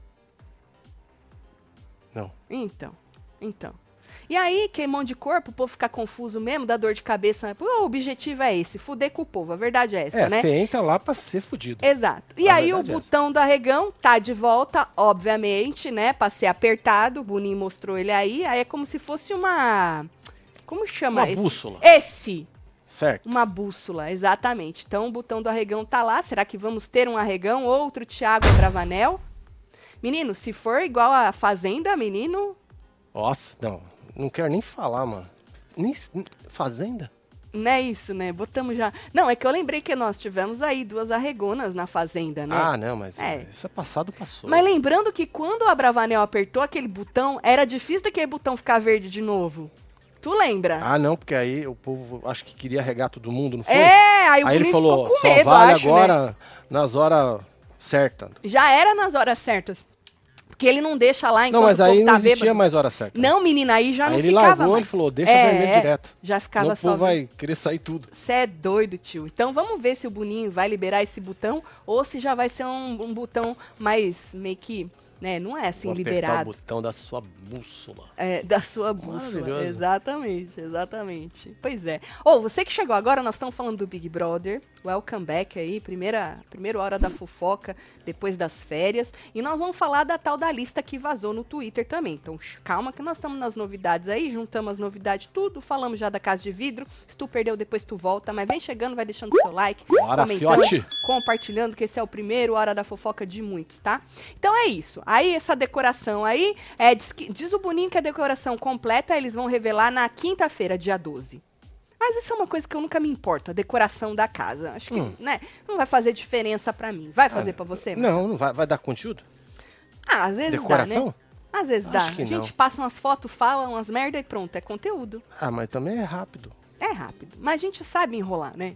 Não. Então, então. E aí, queimão de corpo, o povo ficar confuso mesmo, dá dor de cabeça. Né? Pô, o objetivo é esse, fuder com o povo. A verdade é essa, É, né? você entra lá pra ser fudido. Exato. E A aí o verdade é essa. botão do arregão tá de volta, obviamente, né? Pra ser apertado. O Boninho mostrou ele aí. Aí é como se fosse uma... Como chama Uma esse? bússola. Esse! Certo. Uma bússola, exatamente. Então o botão do arregão tá lá. Será que vamos ter um arregão? Outro Thiago Bravanel? Menino, se for igual a Fazenda, menino... Nossa, não. Não quero nem falar, mano. Nem, fazenda? Não é isso, né? Botamos já... Não, é que eu lembrei que nós tivemos aí duas arregonas na Fazenda, né? Ah, não, mas É. isso é passado, passou. Mas lembrando que quando a Bravanel apertou aquele botão, era difícil daquele botão ficar verde de novo. Tu lembra? Ah, não, porque aí o povo acho que queria regar todo mundo, não foi? é, aí o Aí ele Boninho falou, ficou com só medo, vale acho, né? agora nas horas certas. Já era nas horas certas. Porque ele não deixa lá enquanto Não, mas o povo aí tá não existia bêbado. mais hora certa. Não, menina, aí já Aí não ele ficava largou, mais. ele falou, deixa É, vermelho é, direto. Já ficava Senão o só... povo vai querer sair tudo. Você é doido, tio. Então vamos ver se o Boninho vai liberar esse botão ou se já vai ser um, um botão mais meio que, né, não é assim Vou apertar o liberado. botão da sua bússola. É, da sua bússola. Maravilhoso. Exatamente, exatamente. Pois é. Ô, você que chegou agora, nós estamos falando do Big Brother. Welcome back aí, primeira, primeira hora da fofoca, depois das férias. E nós vamos falar da tal da lista que vazou no Twitter também. Então, sh- calma que nós estamos nas novidades aí, juntamos as novidades tudo, falamos já da Casa de Vidro. Se tu perdeu, depois tu volta. Mas vem chegando, vai deixando o seu like, Bora, comentando, fiote. compartilhando, que esse é o primeiro Hora da Fofoca de muitos, tá? Então é isso. Aí essa decoração aí, é, diz, que- diz o Boninho que a decoração completa eles vão revelar na quinta-feira, dia doze. Mas isso é uma coisa que eu nunca me importo, a decoração da casa. Acho que, Hum. né, não vai fazer diferença pra mim. Vai fazer pra você? Marcelo? Não, não vai, vai dar conteúdo? Ah, às vezes Decoração? dá, né? Às vezes Acho dá. que A gente não. passa umas fotos, fala umas merda e pronto, é conteúdo. Ah, mas também é rápido. É rápido. Mas a gente sabe enrolar, né?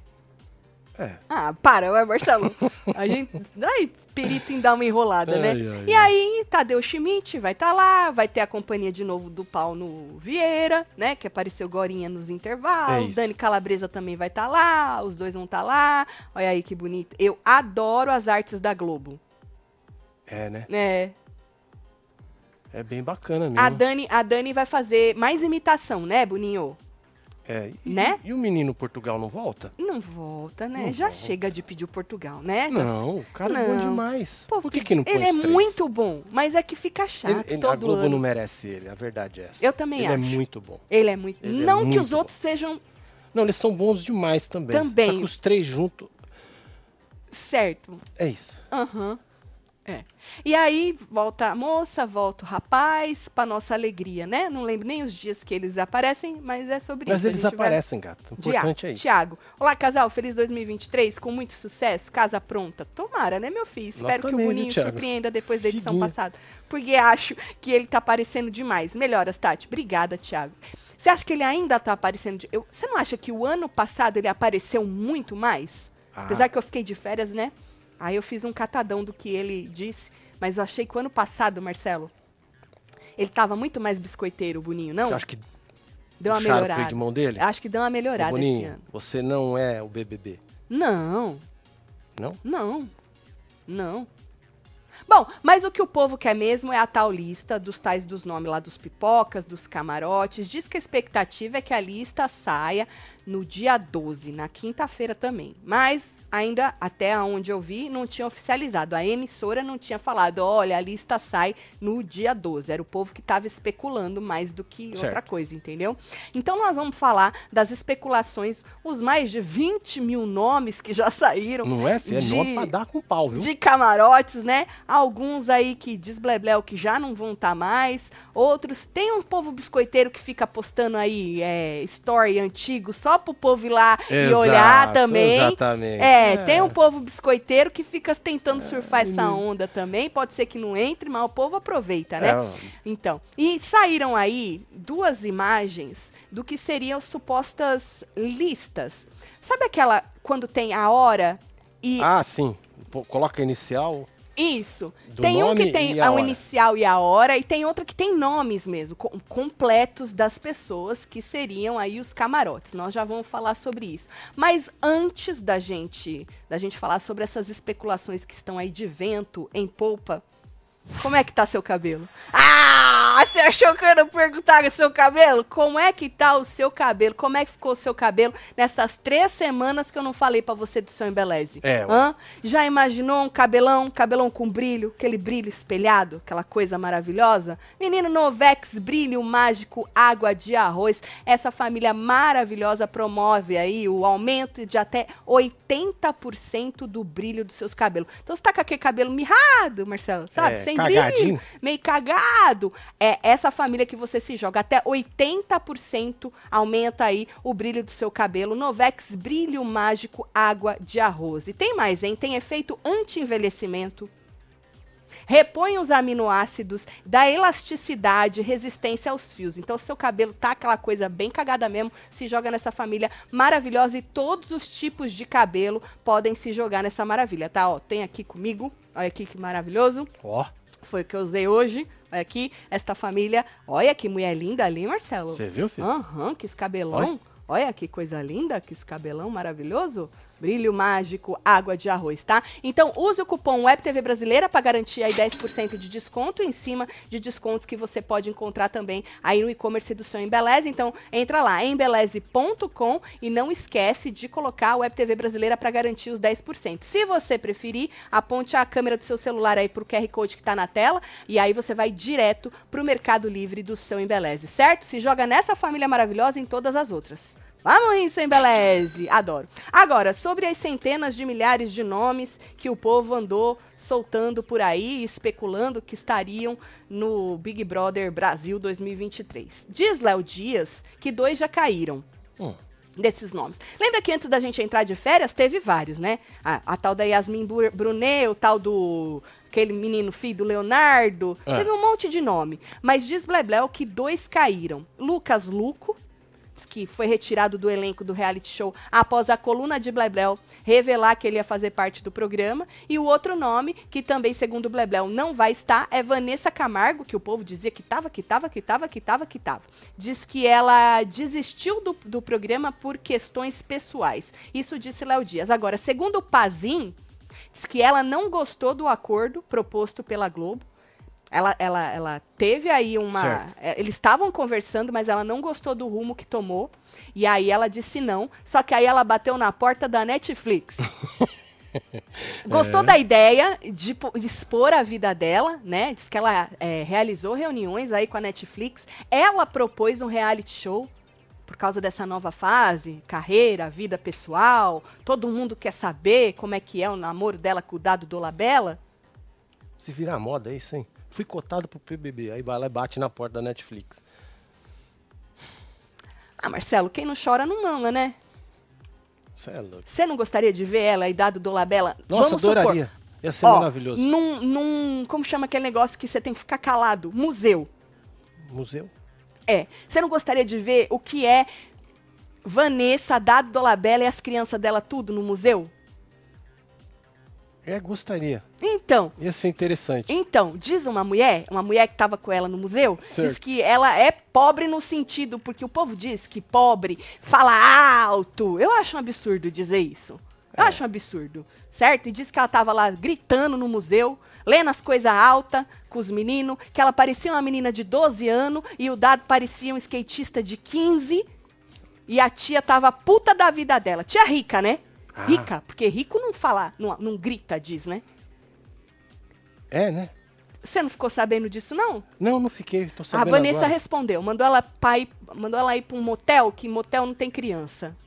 É. Ah, para, ué, Marcelo. A gente. Ai, perito em dar uma enrolada, né? Ai, ai, e ai. aí, Tadeu Schmidt vai estar lá, vai ter a companhia de novo do Paulo Vieira, né? Que apareceu gorinha nos É intervalos. isso. Dani Calabresa também vai estar lá, os dois vão estar lá. Olha aí que bonito. Eu adoro as artes da Globo. É, né? É. É bem bacana mesmo. A Dani, a Dani vai fazer mais imitação, né, Boninho? É, e, né? E o menino Portugal não volta? Não volta, né? Não Já volta. chega de pedir o Portugal, né? Já- Não, o cara Não. é bom demais. Pô, Por que, que não põe ele os é três? muito bom, mas é que fica chato Ele- ele- todo A Globo ano. não merece ele, a verdade é essa. Eu também ele acho. Ele é muito bom. Ele é muito... Ele é não que muito os outros sejam Não, eles são bons demais também. Também. Só que os três juntos, certo. é isso. Aham. É. E aí, volta a moça, volta o rapaz, pra nossa alegria, né? Não lembro nem os dias que eles aparecem, mas é sobre Mas isso. a eles gente vai- aparecem, gato. O Dia- importante é isso. Tiago. Olá, casal. Feliz dois mil e vinte e três, com muito sucesso, casa pronta. Tomara, né, meu filho? Espero que o também, viu, Boninho Thiago? surpreenda depois da edição Figuinha. passada. Porque acho que ele tá aparecendo demais. Melhoras, Tati. Obrigada, Tiago. Você acha que ele ainda tá aparecendo? De... Eu... Você não acha que o ano passado ele apareceu muito mais? Ah. Apesar que eu fiquei de férias, né? Aí eu fiz um catadão do que ele disse. Mas eu achei que o ano passado, Marcelo, ele tava muito mais biscoiteiro, o Boninho, não? Você acha que Deu uma puxaram o melhorada. freio de mão dele? Acho que deu uma Ô, melhorada esse Boninho, ano. você não é o B B B, Não, não? não, não. Bom, mas o que o povo quer mesmo é a tal lista dos tais dos nomes lá dos pipocas, dos camarotes. Diz que a expectativa é que a lista saia no dia doze, na quinta-feira também. Mas ainda, até onde eu vi, não tinha oficializado. A emissora não tinha falado, olha, a lista sai no dia doze. Era o povo que estava especulando mais do que outra Certo. coisa, entendeu? Então nós vamos falar das especulações, os mais de vinte mil nomes que já saíram. Não é, filho? É de- nome pra dar com pau, viu? De camarotes, né? Alguns aí que diz blebleu que já não vão estar mais. Outros, tem um povo biscoiteiro que fica postando aí é, story antigo só pro povo ir lá e Exato, olhar também. Exatamente. É, tem um povo biscoiteiro que fica tentando surfar essa menino. onda também. Pode ser que não entre, mas o povo aproveita, né? É, Então, e saíram aí duas imagens do que seriam supostas listas. Sabe aquela quando tem a hora e Ah, sim. Pô, coloca a inicial. isso. Do Tem um que nome tem e a a o hora. inicial e a hora, e tem outra que tem nomes mesmo, com- completos das pessoas que seriam aí os camarotes. Nós já vamos falar sobre isso. Mas antes da gente, da gente falar sobre essas especulações que estão aí de vento em polpa, como é que tá seu cabelo? Ah, você achou que eu ia perguntar o seu cabelo? Como é que tá o seu cabelo? Como é que ficou o seu cabelo nessas três semanas que eu não falei pra você do seu embeleze? É, ué. Hã? Já imaginou um cabelão, cabelão com brilho, aquele brilho espelhado, aquela coisa maravilhosa? Menino Novex, brilho mágico, água de arroz. Essa família maravilhosa promove aí o aumento de até oitenta por cento do brilho dos seus cabelos. Então você tá com aquele cabelo mirrado, Marcelo, sabe? É, Sem cagadinho. brilho, meio cagado. É essa família que você se joga. Até oitenta por cento aumenta aí o brilho do seu cabelo. Novex Brilho Mágico Água de Arroz. E tem mais, hein? Tem efeito anti-envelhecimento. Repõe os aminoácidos, dá elasticidade, resistência aos fios. Então, seu cabelo tá aquela coisa bem cagada mesmo, se joga nessa família maravilhosa e todos os tipos de cabelo podem se jogar nessa maravilha, tá? Ó, tem aqui comigo, olha aqui que maravilhoso. Ó, Foi o que eu usei hoje. Olha aqui, esta família. Olha que mulher linda ali, Marcelo. você viu, filho? Aham, que esse cabelão. Olha que coisa linda, que esse cabelão maravilhoso. Brilho mágico, água de arroz, tá? Então, use o cupom WebTV Brasileira para garantir aí dez por cento de desconto em cima de descontos que você pode encontrar também aí no e-commerce do seu Embeleze. Então, entra lá, embeleze ponto com e não esquece de colocar a WebTV Brasileira para garantir os dez por cento. Se você preferir, aponte a câmera do seu celular aí pro Q R Code que tá na tela e aí você vai direto pro Mercado Livre do seu Embeleze, certo? Se joga nessa família maravilhosa e em todas as outras. Vamos rir, sem beleze. Adoro. Agora, sobre as centenas de milhares de nomes que o povo andou soltando por aí, especulando que estariam no Big Brother Brasil dois mil e vinte e três. Diz Léo Dias que dois já caíram. Hum. Desses nomes. Lembra que antes da gente entrar de férias, teve vários, né? A, a tal da Yasmin Bur- Brunet, o tal do... aquele menino filho do Leonardo. É. Teve um monte de nome. Mas diz Blebleu que dois caíram. Lucas Luco, que foi retirado do elenco do reality show após a coluna de Blebleu revelar que ele ia fazer parte do programa. E o outro nome, que também, segundo Blebleu, não vai estar, é Vanessa Camargo, que o povo dizia que tava, que tava, que tava, que tava, que tava. Diz que ela desistiu do, do programa por questões pessoais. Isso disse Léo Dias. Agora, segundo o Pazin, diz que ela não gostou do acordo proposto pela Globo. Ela, ela, ela teve aí uma... Certo. é, Eles estavam conversando, mas ela não gostou do rumo que tomou. E aí ela disse não. Só que aí ela bateu na porta da Netflix. Gostou É. da ideia de, po- de expor a vida dela, né? Diz que ela é, realizou reuniões aí com a Netflix. Ela propôs um reality show por causa dessa nova fase, carreira, vida pessoal. Todo mundo quer saber como é que é o namoro dela com o Dado Dolabella. Se virar moda, é isso, hein? Fui cotado pro P B B, aí vai lá e bate na porta da Netflix. Ah, Marcelo, quem não chora não mama, né? Você é louco. Você não gostaria de ver ela e Dado Dolabella? Nossa, Vamos adoraria. supor, Ia ser ó, maravilhoso. num, num... Como chama aquele negócio que você tem que ficar calado? Museu. Museu? É. Você não gostaria de ver o que é Vanessa, Dado Dolabella e as crianças dela tudo no museu? É, gostaria. Então, Ia ser interessante. então, diz uma mulher, uma mulher que estava com ela no museu, Certo. diz que ela é pobre no sentido, porque o povo diz que pobre fala alto. Eu acho um absurdo dizer isso. Eu É. acho um absurdo, certo? E diz que ela tava lá gritando no museu, lendo as coisas altas com os meninos, que ela parecia uma menina de doze anos e o Dado parecia um skatista de quinze. E a tia tava puta da vida dela. Tia rica, né? Ah. Rica, porque rico não fala, não, não grita, diz, né? É, né? Você não ficou sabendo disso, não? Não, não fiquei, tô A sabendo Vanessa agora. respondeu, mandou ela, pra ir, mandou ela ir pra um motel, que motel não tem criança.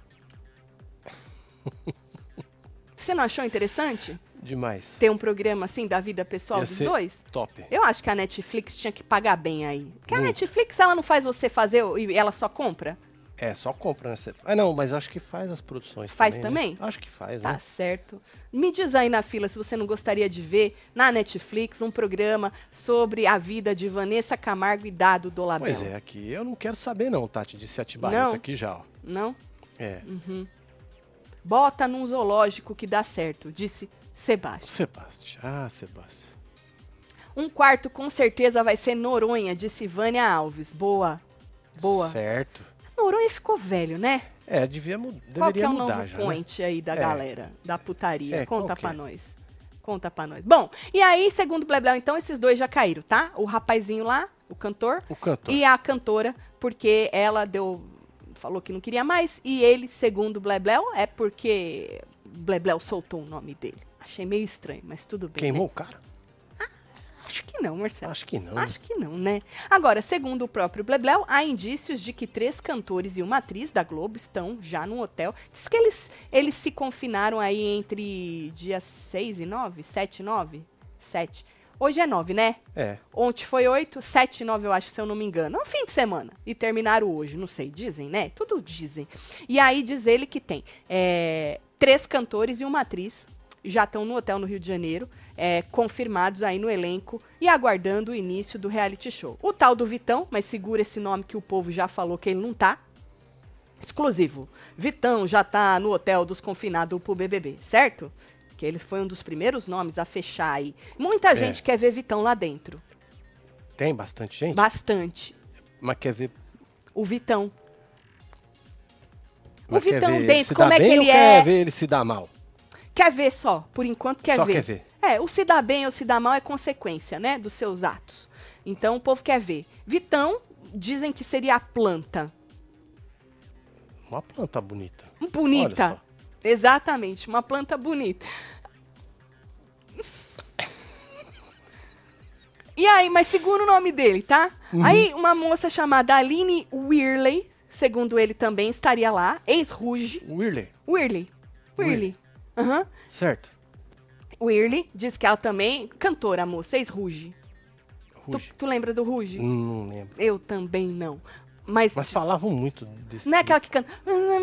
Você não achou interessante Demais. ter um programa assim da vida pessoal Ia dos ser dois? top. Eu acho que a Netflix tinha que pagar bem aí. Porque a Muito. Netflix, ela não faz você fazer e ela só compra? É, só compra, né? Cê- Ah, não, mas eu acho que faz as produções Faz também, né? também? Acho que faz, Tá né? certo. Me diz aí na fila se você não gostaria de ver na Netflix um programa sobre a vida de Vanessa Camargo e Dado Dolabella. Pois é, aqui eu não quero saber não, Tati, disse a Não? Tibareta aqui já, ó. Não? É, Bota num zoológico que dá certo, disse Sebastião. Sebastião. Ah, Sebastião. Um quarto com certeza vai ser Noronha, disse Vânia Alves. Boa. Boa. Certo. Noronha ficou velho, né? É, devia, mu- Qual que deveria é o mudar novo já, né? point aí da É. galera, da putaria? É, Conta qual que pra é? nós. Conta pra nós. Bom, e aí, segundo o Blebleu, então, esses dois já caíram, tá? O rapazinho lá, o cantor, O cantor. e a cantora, porque ela deu... Falou que não queria mais, e ele, segundo o Blebleu, é porque Blebleu soltou o nome dele. Achei meio estranho, mas tudo bem, Queimou né? o cara? Acho que não, Marcelo. Acho que não. Acho que não, né? Agora, segundo o próprio Blebleu, há indícios de que três cantores e uma atriz da Globo estão já no hotel. Diz que eles, eles se confinaram aí entre dias seis e nove, sete e nove, sete. Hoje é nove, né? É. Ontem foi oito, sete e nove, eu acho, se eu não me engano. É um fim de semana. E terminaram hoje, não sei. Dizem, né? Tudo dizem. E aí diz ele que tem é, três cantores e uma atriz. Já estão no hotel no Rio de Janeiro, é, confirmados aí no elenco e aguardando o início do reality show. O tal do Vitão, mas segura esse nome que o povo já falou que ele não tá. Exclusivo. Vitão já tá no hotel dos confinados pro B B B, certo? Que ele foi um dos primeiros nomes a fechar aí. Muita gente quer ver Vitão lá dentro. Tem bastante gente? Bastante. Mas quer ver... O Vitão. mas o quer Vitão ver ele dentro, se como dar é que bem ele ou quer é? ver ele se dar mal? Quer ver só, por enquanto quer Só ver. quer ver. É, o se dar bem ou se dar mal é consequência, né, dos seus atos. Então o povo quer ver. Vitão, dizem que seria a planta. Uma planta bonita. Bonita. Olha só. Exatamente, uma planta bonita. E aí, mas segura o nome dele, tá? Uhum. Aí uma moça chamada Aline Whirley, segundo ele também estaria lá, ex-Ruge. Whirley. Whirley. Whirley. Aham. Certo. Whirley diz que ela também, cantora, moça, ex-Ruge. Tu, Ruge. tu lembra do Ruge? Hum, Não lembro. Eu também não. Mas, Mas falavam muito desse... não é aquela que canta...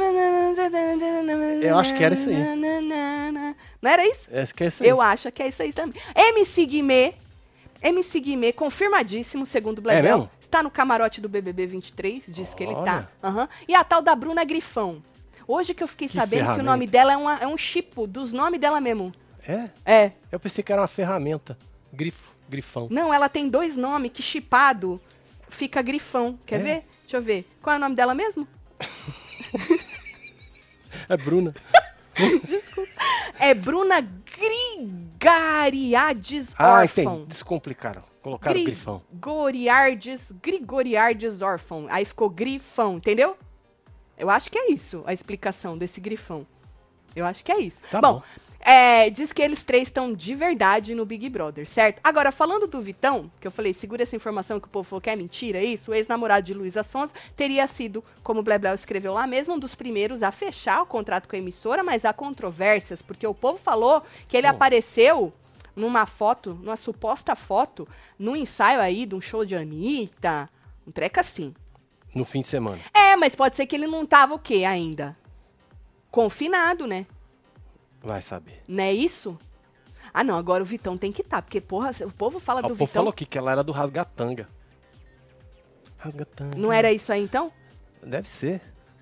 Eu acho que era isso aí. Não era isso? Esse que é esse aí. Eu acho que é isso aí também. M C Guimê, M C Guimê, confirmadíssimo, segundo o Blebleu. É mesmo? Está no camarote do B B B vinte e três, diz que ele tá. Olha. Aham. E a tal da Bruna Grifão. Hoje que eu fiquei Que sabendo que o ferramenta. nome dela é, uma, é um chipo dos nomes dela mesmo. É? É. Eu pensei que era uma ferramenta. Grifo. Grifão. Não, ela tem dois nomes que chipado fica Grifão. Quer É? ver? Deixa eu ver. Qual é o nome dela mesmo? É Bruna. É Bruna Griga. Gariades Ah, órfão. entendi. Descomplicaram. Colocaram Gri- grifão. Goriardes, Grigoriardes órfão. Aí ficou grifão, entendeu? Eu acho que é isso, a explicação desse grifão. Eu acho que é isso. Tá bom, bom. é, diz que eles três estão de verdade no Big Brother, certo? Agora, falando do Vitão, que eu falei, segura essa informação que o povo falou que é mentira, isso, o ex-namorado de Luísa Sonza teria sido, como o Blebleu escreveu lá mesmo, um dos primeiros a fechar o contrato com a emissora, mas há controvérsias, porque o povo falou que ele Bom. apareceu numa foto, numa suposta foto, num ensaio aí de um show de Anitta, um treco assim. No fim de semana. É, mas pode ser que ele não tava o quê ainda? Confinado, né? Vai saber. Não é isso? Ah, não, agora o Vitão tem que estar, porque, porra, o povo fala Ah, do o povo Vitão. falou aqui que ela era do Rasgatanga. Rasgatanga. Não era isso aí, então? Deve ser.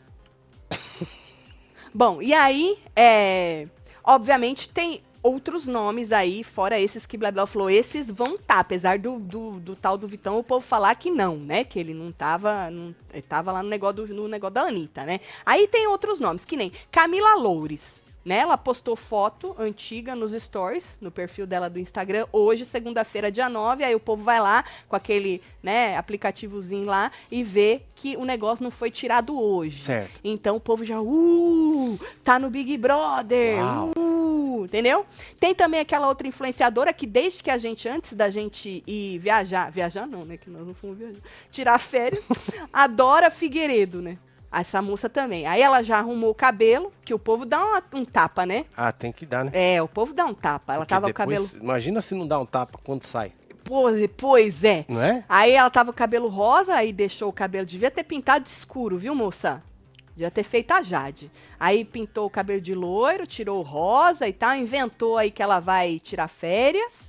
Bom, e aí, é... obviamente, tem outros nomes aí, fora esses que Blá Blá falou, esses vão estar, apesar do, do, do tal do Vitão, o povo falar que não, né? Que ele não tava, não, ele tava lá no negócio, do, no negócio da Anitta, né? Aí tem outros nomes, que nem Camila Loures. Né, ela postou foto antiga nos stories, no perfil dela do Instagram, hoje, segunda-feira, dia nove, aí o povo vai lá com aquele, né, aplicativozinho lá e vê que o negócio não foi tirado hoje. Certo. Então o povo já, uh, tá no Big Brother, Uau. uh, entendeu? Tem também aquela outra influenciadora que desde que a gente, antes da gente ir viajar, viajar não, né, que nós não fomos viajar, tirar férias, adora Figueiredo, né? Essa moça também. Aí ela já arrumou o cabelo, que o povo dá uma- um tapa, né? Ah, tem que dar, né? É, o povo dá um tapa. Ela Porque tava depois- com o cabelo... Imagina se não dá um tapa quando sai. Pois, pois é. Não é? Aí ela tava com o cabelo rosa, aí deixou o cabelo... Devia ter pintado de escuro, viu, moça? Devia ter feito a Jade. Aí pintou o cabelo de loiro, tirou o rosa e tal. Inventou aí que ela vai tirar férias.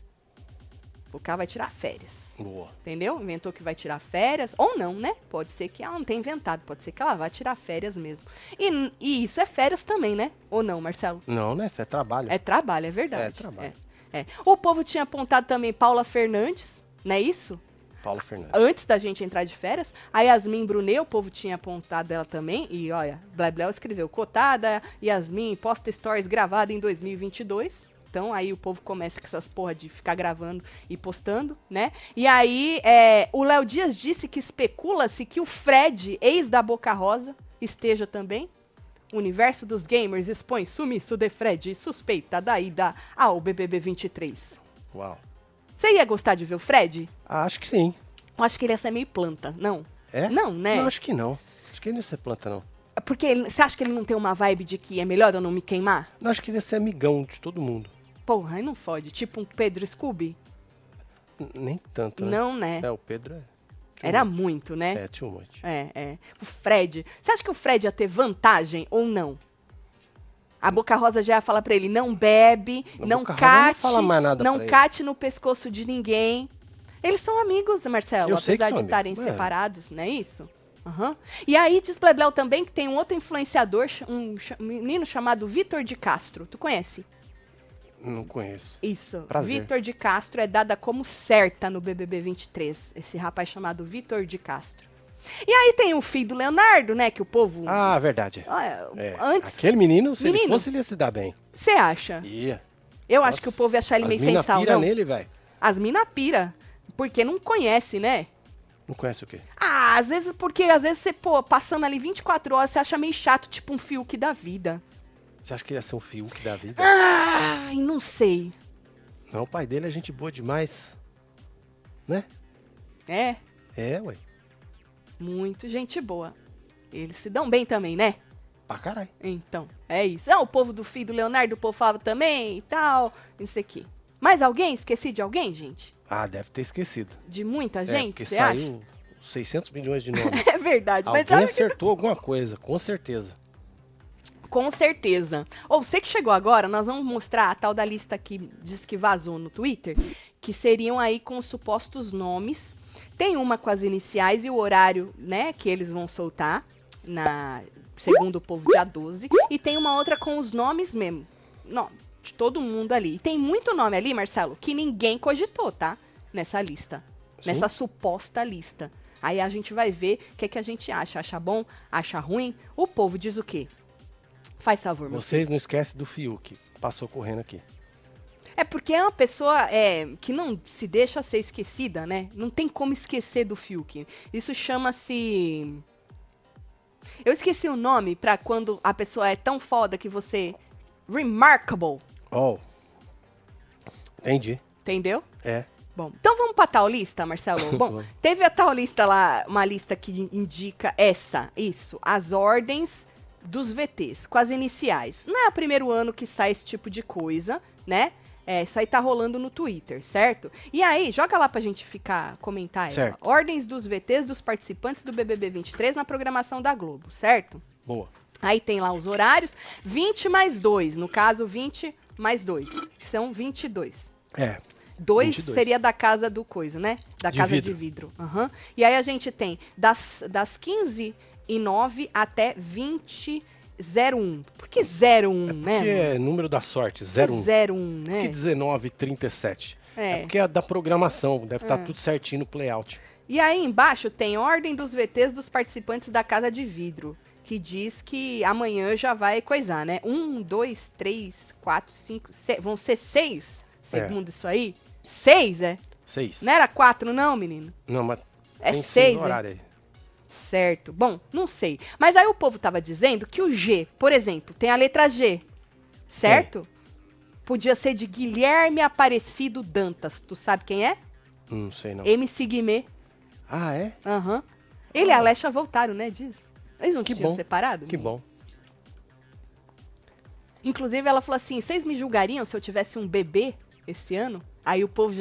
O cara vai tirar férias. Boa. Entendeu? Inventou que vai tirar férias. Ou não, né? Pode ser que ela não tenha inventado. Pode ser que ela vá tirar férias mesmo. E, e isso é férias também, né? Ou não, Marcelo? Não, né? É trabalho. É trabalho, é verdade. É trabalho. É, é. O povo tinha apontado também Paula Fernandes, não é isso? Paulo Fernandes. Antes da gente entrar de férias. A Yasmin Brunet, o povo tinha apontado ela também. E olha, Blebleu escreveu, cotada, Yasmin posta stories gravada em dois mil e vinte e dois. Então, aí o povo começa com essas porra de ficar gravando e postando, né? E aí, é, o Léo Dias disse que especula-se que o Fred, ex da Boca Rosa, esteja também. O universo dos gamers expõe sumiço de Fred, suspeita da ida ao B B B vinte e três. Uau. Você ia gostar de ver o Fred? Ah, acho que sim. Eu acho que ele ia ser meio planta, não? É? Não, né? Não, acho que não. Acho que ele não ia ser planta, não. Porque ele- você acha que ele não tem uma vibe de que é melhor eu não me queimar? Não, acho que ele ia ser amigão de todo mundo. Porra, aí não fode. Tipo um Pedro Scooby? N- Nem tanto, né? Não, né? É, o Pedro é... too Era much. muito, né? É, too much. É, é. O Fred. Você acha que o Fred ia ter vantagem ou não? A Boca Rosa já ia falar pra ele, não bebe, A não Boca Rosa não cate, fala mais nada não pra ele. cate no pescoço de ninguém. Eles são amigos, Marcelo, Eu sei que apesar são de estarem amigos, é. separados, não é isso? Aham. E aí diz Blebleu também que tem um outro influenciador, ch- um ch- menino chamado Vitor de Castro. Tu conhece? Não conheço. Isso. Prazer. Vitor de Castro é dada como certa no B B B vinte e três. Esse rapaz chamado Vitor de Castro. E aí tem o filho do Leonardo, né? Que o povo. Ah, verdade. Olha, É, antes. Aquele menino, se ele Menino. fosse, ele ia se dar bem. Você acha? Ia. Eu acho Nossa, que o povo ia achar ele as meio mina sem sal, pira não? nele, velho. As mina pira. Porque não conhece, né? Não conhece o quê? Ah, às vezes, porque às vezes você, pô, passando ali vinte e quatro horas, você acha meio chato, tipo um Fiuk da vida. Você acha que ele ia ser um Fiuk da vida? Ai, não sei. Não, o pai dele é gente boa demais. Né? É, É, ué. muito gente boa. Eles se dão bem também, né? Pra caralho. Então, é isso. Ah, o povo do filho do Leonardo, o povo falava também e tal, isso aqui. Mais alguém? Esqueci de alguém, gente? Ah, deve ter esquecido. De muita É, gente, porque você acha? saiu seiscentos milhões de nomes. É verdade, mas Alguém sabe que- acertou alguma coisa, com certeza. com certeza. Ou você que chegou agora, nós vamos mostrar a tal da lista que diz que vazou no Twitter, que seriam aí com os supostos nomes. Tem uma com as iniciais e o horário, né, que eles vão soltar, na segundo o povo, dia doze. E tem uma outra com os nomes mesmo. Não, de todo mundo ali. E tem muito nome ali, Marcelo, que ninguém cogitou, tá? Nessa lista. Sim. Nessa suposta lista. Aí a gente vai ver o que, que a gente acha. Acha bom? Acha ruim? O povo diz o quê? Faz favor, meu Vocês não esquecem do Fiuk. Passou correndo aqui. É porque é uma pessoa é, que não se deixa ser esquecida, né? Não tem como esquecer do Fiuk. Isso chama-se... Eu esqueci o nome pra quando a pessoa é tão foda que você... Remarkable. Oh. Entendi. Entendeu? É. Bom, então vamos pra tal lista, Marcelo? Bom, teve a tal lista lá, uma lista que indica essa, isso, as ordens dos V Ts, com as iniciais. Não é o primeiro ano que sai esse tipo de coisa, né? É, isso aí tá rolando no Twitter, certo? E aí, joga lá pra gente ficar, comentar ela. Certo. Ordens dos V Ts dos participantes do B B B vinte e três na programação da Globo, certo? Boa. Aí tem lá os horários, vinte mais dois, no caso vinte mais dois, que são vinte e dois. É. dois vinte e dois. seria da casa do coisa, né? Da De casa vidro. de vidro. Uhum. E aí a gente tem das, das quinze e nove até vinte zero um. Por que zero um, né? Porque mano? é número da sorte, Por que zero um. zero um, Por né? que dezenove, trinta e sete? É. É porque é da programação, deve estar É. tudo certinho no playout. E aí embaixo tem ordem dos V Ts dos participantes da casa de vidro, que diz que amanhã já vai coisar, né? Um, dois, três, quatro, cinco, seis. Vão ser seis, segundo isso aí? Seis, é? Seis. Não era quatro, não, menino? Não, mas É tem seis, no é? horário aí. Certo. Bom, não sei. Mas aí o povo tava dizendo que o G, por exemplo, tem a letra G, certo? Podia ser de Guilherme Aparecido Dantas. Tu sabe quem é? Não sei não. M C Guimê. Ah, é? Aham. Ele e a Alexa voltaram, né? Diz. Eles não Que tinham bom. separado? Que bom. Inclusive, ela falou assim, vocês me julgariam se eu tivesse um bebê esse ano? Aí o povo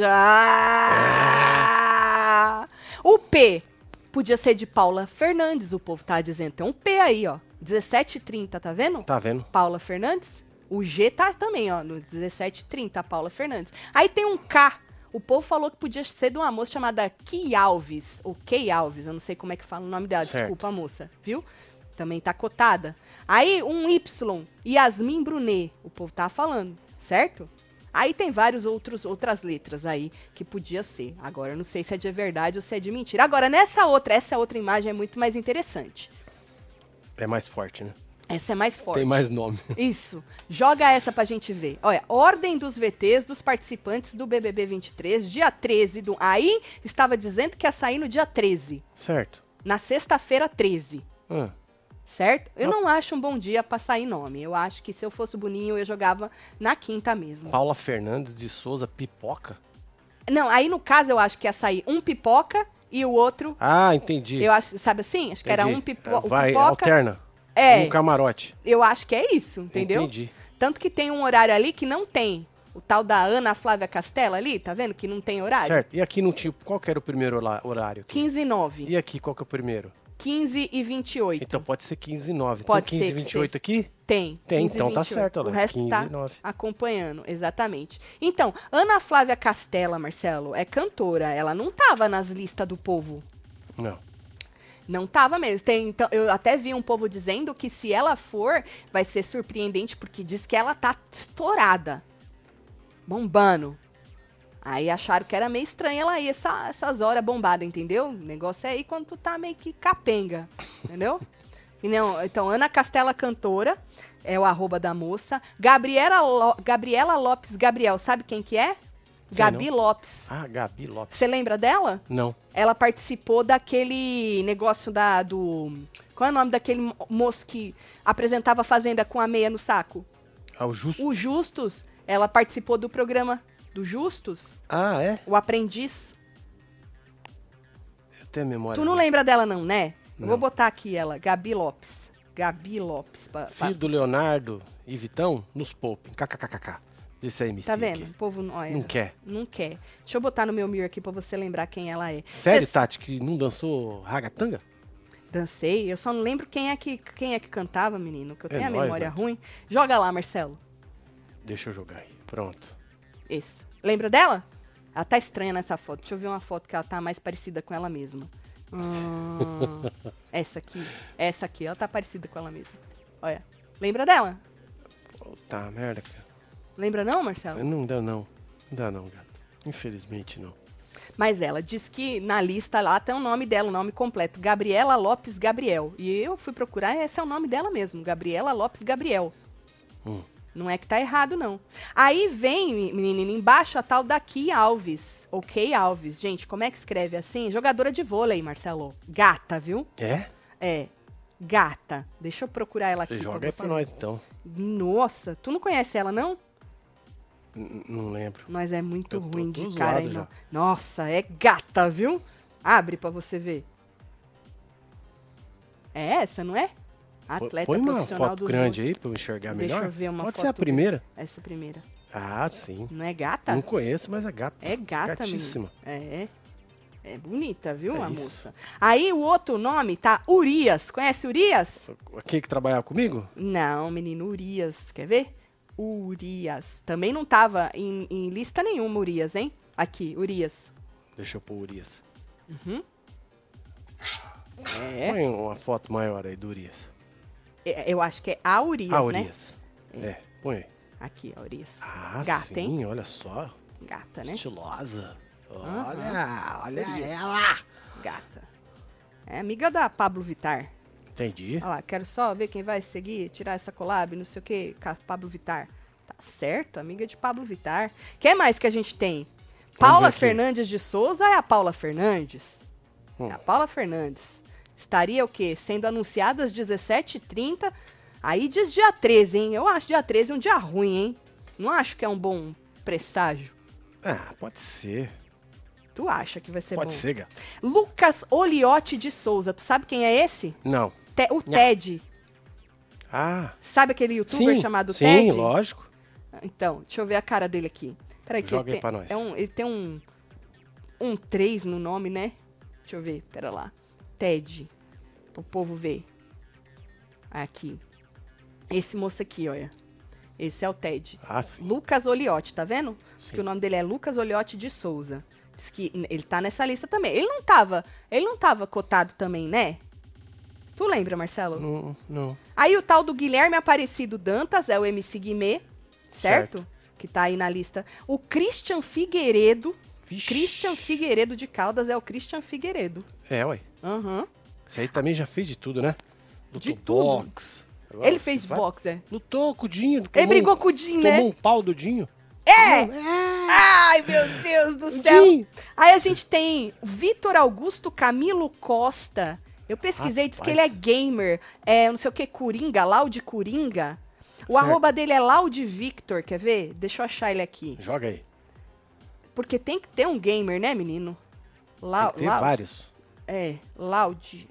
já... O P podia ser de Paula Fernandes, o povo tá dizendo. Tem um P aí, ó. dezessete e trinta, tá vendo? Tá vendo? Paula Fernandes. O G tá também, ó, no dezessete e trinta, Paula Fernandes. Aí tem um K. O povo falou que podia ser de uma moça chamada Key Alves, ou Key Alves, eu não sei como é que fala o nome dela, Certo. desculpa, moça, viu? Também tá cotada. Aí um Y, Yasmin Brunet, o povo tá falando, certo? Aí tem vários outros outras letras aí que podia ser. Agora eu não sei se é de verdade ou se é de mentira. Agora nessa outra, essa outra imagem é muito mais interessante. É mais forte, né? Essa é mais forte. Tem mais nome. Isso. Joga essa pra gente ver. Olha, ordem dos V Ts dos participantes do B B B vinte e três, dia treze do... Aí estava dizendo que ia sair no dia treze. Certo. Na sexta-feira, treze. Ah, Certo? Eu Ah. não acho um bom dia pra sair nome. Eu acho que se eu fosse o Boninho, eu jogava na quinta mesmo. Paula Fernandes de Souza Pipoca? Não, aí no caso eu acho que ia sair um pipoca e o outro... Ah, entendi. Eu acho, sabe assim? Acho que era Entendi. um pipo o Vai, pipoca... alterna. É, Um camarote. eu acho que é isso, entendeu? Entendi. Tanto que tem um horário ali que não tem. O tal da Ana Flávia Castela ali, tá vendo? Que não tem horário. Certo. E aqui não tinha... Qual que era o primeiro hola- horário? Aqui? quinze e nove. E aqui, qual que é o primeiro? quinze e vinte e oito. Então pode ser quinze e nove. Pode Tem quinze ser e que vinte e oito aqui? Tem. Tem, quinze e então tá vinte e oito. certo, O Alex. resto quinze tá e nove. acompanhando, exatamente. Então, Ana Flávia Castela, Marcelo, é cantora. Ela não tava nas listas do povo. Não. Não tava mesmo. Tem, então, eu até vi um povo dizendo que se ela for, vai ser surpreendente, porque diz que ela tá estourada. Bombando. Aí acharam que era meio estranho ela ir essa, essas horas bombadas, entendeu? O negócio é aí quando tu tá meio que capenga, entendeu? E não, então, Ana Castela Cantora, é o arroba da moça. Gabriela, Lo- Gabriela Lopes Gabriel, sabe quem que é? Sei Gabi não. Lopes. Ah, Gabi Lopes. Você lembra dela? Não. Ela participou daquele negócio da, do... Qual é o nome daquele mo- moço que apresentava a Fazenda com a meia no saco? Ah, o Justo. O Justus. Ela participou do programa do Justus, Ah, é? o Aprendiz. Eu tenho memória. Tu não né? lembra dela não, né? Eu vou Não. botar aqui ela, Gabi Lopes. Gabi Lopes. pa- pa- Filho do Leonardo e Vitão, nos poupem. KKKKK. Esse aí, M C Tá vendo? aqui. O povo não, olha, Não quer. não quer. Deixa eu botar no meu mirror aqui pra você lembrar quem ela é. Sério, Cês- Tati, que não dançou ragatanga? Dancei, eu só não lembro quem é que, quem é que cantava, menino, que eu É tenho a nóis, memória Nath. ruim. Joga lá, Marcelo. Deixa eu jogar aí. Pronto. Esse. Lembra dela? Ela tá estranha nessa foto. Deixa eu ver uma foto que ela tá mais parecida com ela mesma. Hum, essa aqui. Essa aqui, ela tá parecida com ela mesma. Olha. Lembra dela? Puta merda, cara. Lembra não, Marcelo? Não dá não. Não dá não, gato. Infelizmente não. Mas ela diz que na lista lá tem o nome dela, o nome completo. Gabriela Lopes Gabriel. E eu fui procurar, esse é o nome dela mesmo. Gabriela Lopes Gabriel. Hum. Não é que tá errado, não. Aí vem, menina, embaixo a tal da Key Alves. Ok, Alves. Gente, como é que escreve assim? Jogadora de vôlei, Marcelo. Gata, viu? É? É. Gata. Deixa eu procurar ela aqui. Joga pra aí você. pra nós, então. Nossa, tu não conhece ela, não? N não lembro. Mas é muito Eu tô- ruim tô de cara, zoado hein, já. não. Nossa, é gata, viu? Abre pra você ver. É essa, não é? Atleta Põe uma profissional foto do grande aí pra eu enxergar Deixa melhor. eu ver uma Pode foto ser a dele. primeira. Essa primeira. Ah, sim. Não é gata? Não conheço, mas é gata. É gata, Gatíssima. menina. É. É bonita, viu, É a isso. moça? Aí o outro nome tá Urias. Conhece Urias? Aquele que trabalhava comigo? Não, menino, Urias. Quer ver? Urias. Também não tava em, em lista nenhuma, Urias, hein? Aqui, Urias. Deixa eu pôr Urias. Uhum. É. Põe uma foto maior aí do Urias. É, eu acho que é a Urias, Ah, né? Urias. É, põe aí. Aqui, a Urias. Ah, Gata, sim, hein? olha só. Gata, né? Estilosa. Aham. Olha, olha Urias. ela. Gata. É amiga da Pablo Vittar. Entendi. Olha lá, quero só ver quem vai seguir, tirar essa collab, não sei o que, com a Pablo Vittar. Tá certo, amiga de Pablo Vittar. Quem mais que a gente tem? Paula ver aqui. Fernandes de Souza é a Paula Fernandes? Hum. É a Paula Fernandes. Estaria o quê? Sendo anunciada às dezessete e trinta. Aí diz dia treze, hein? Eu acho dia treze um dia ruim, hein? Não acho que é um bom presságio. Ah, pode ser. Tu acha que vai ser Pode bom? ser, Gá. Lucas Oliotti de Souza. Tu sabe quem é esse? Não. Te- o Ted. Ah, Sabe aquele youtuber sim, chamado sim, Ted? lógico. Então, deixa eu ver a cara dele aqui. Peraí, que Joga ele aí pra tem, nós. é um, ele tem um um três no nome, né? Deixa eu ver, pera lá. Ted. Pro povo ver. Aqui. Esse moço aqui, olha. Esse é o Ted. Ah, sim. Lucas Oliotti, tá vendo? Diz Sim. que o nome dele é Lucas Oliotti de Souza. Diz que ele tá nessa lista também. Ele não tava, ele não tava cotado também, né? Tu lembra, Marcelo? Não, não. Aí o tal do Guilherme Aparecido Dantas, é o M C Guimê, certo? Certo. Que tá aí na lista. O Christian Figueiredo, Vixe. Christian Figueiredo de Caldas é o Christian Figueiredo. É, ué. Aham. Isso aí também já fez de tudo, né? De Lutou tudo. boxe. Agora Ele você fez vai- boxe, é. Lutou com o Dinho. Ele tomou brigou um- com o Dinho, Tomou né? um pau do Dinho. É! É! Ai, meu Deus do O céu. Dinho. Aí a gente tem Vitor Augusto Camilo Costa. Eu pesquisei, diz que ele é Rapaz. gamer. É, não sei o que, Coringa, Laude Coringa. O Certo. arroba dele é Laude Victor, quer ver? Deixa eu achar ele aqui. Joga aí. Porque tem que ter um gamer, né, menino? Lau, Tem que ter Lau- vários. É, Loud,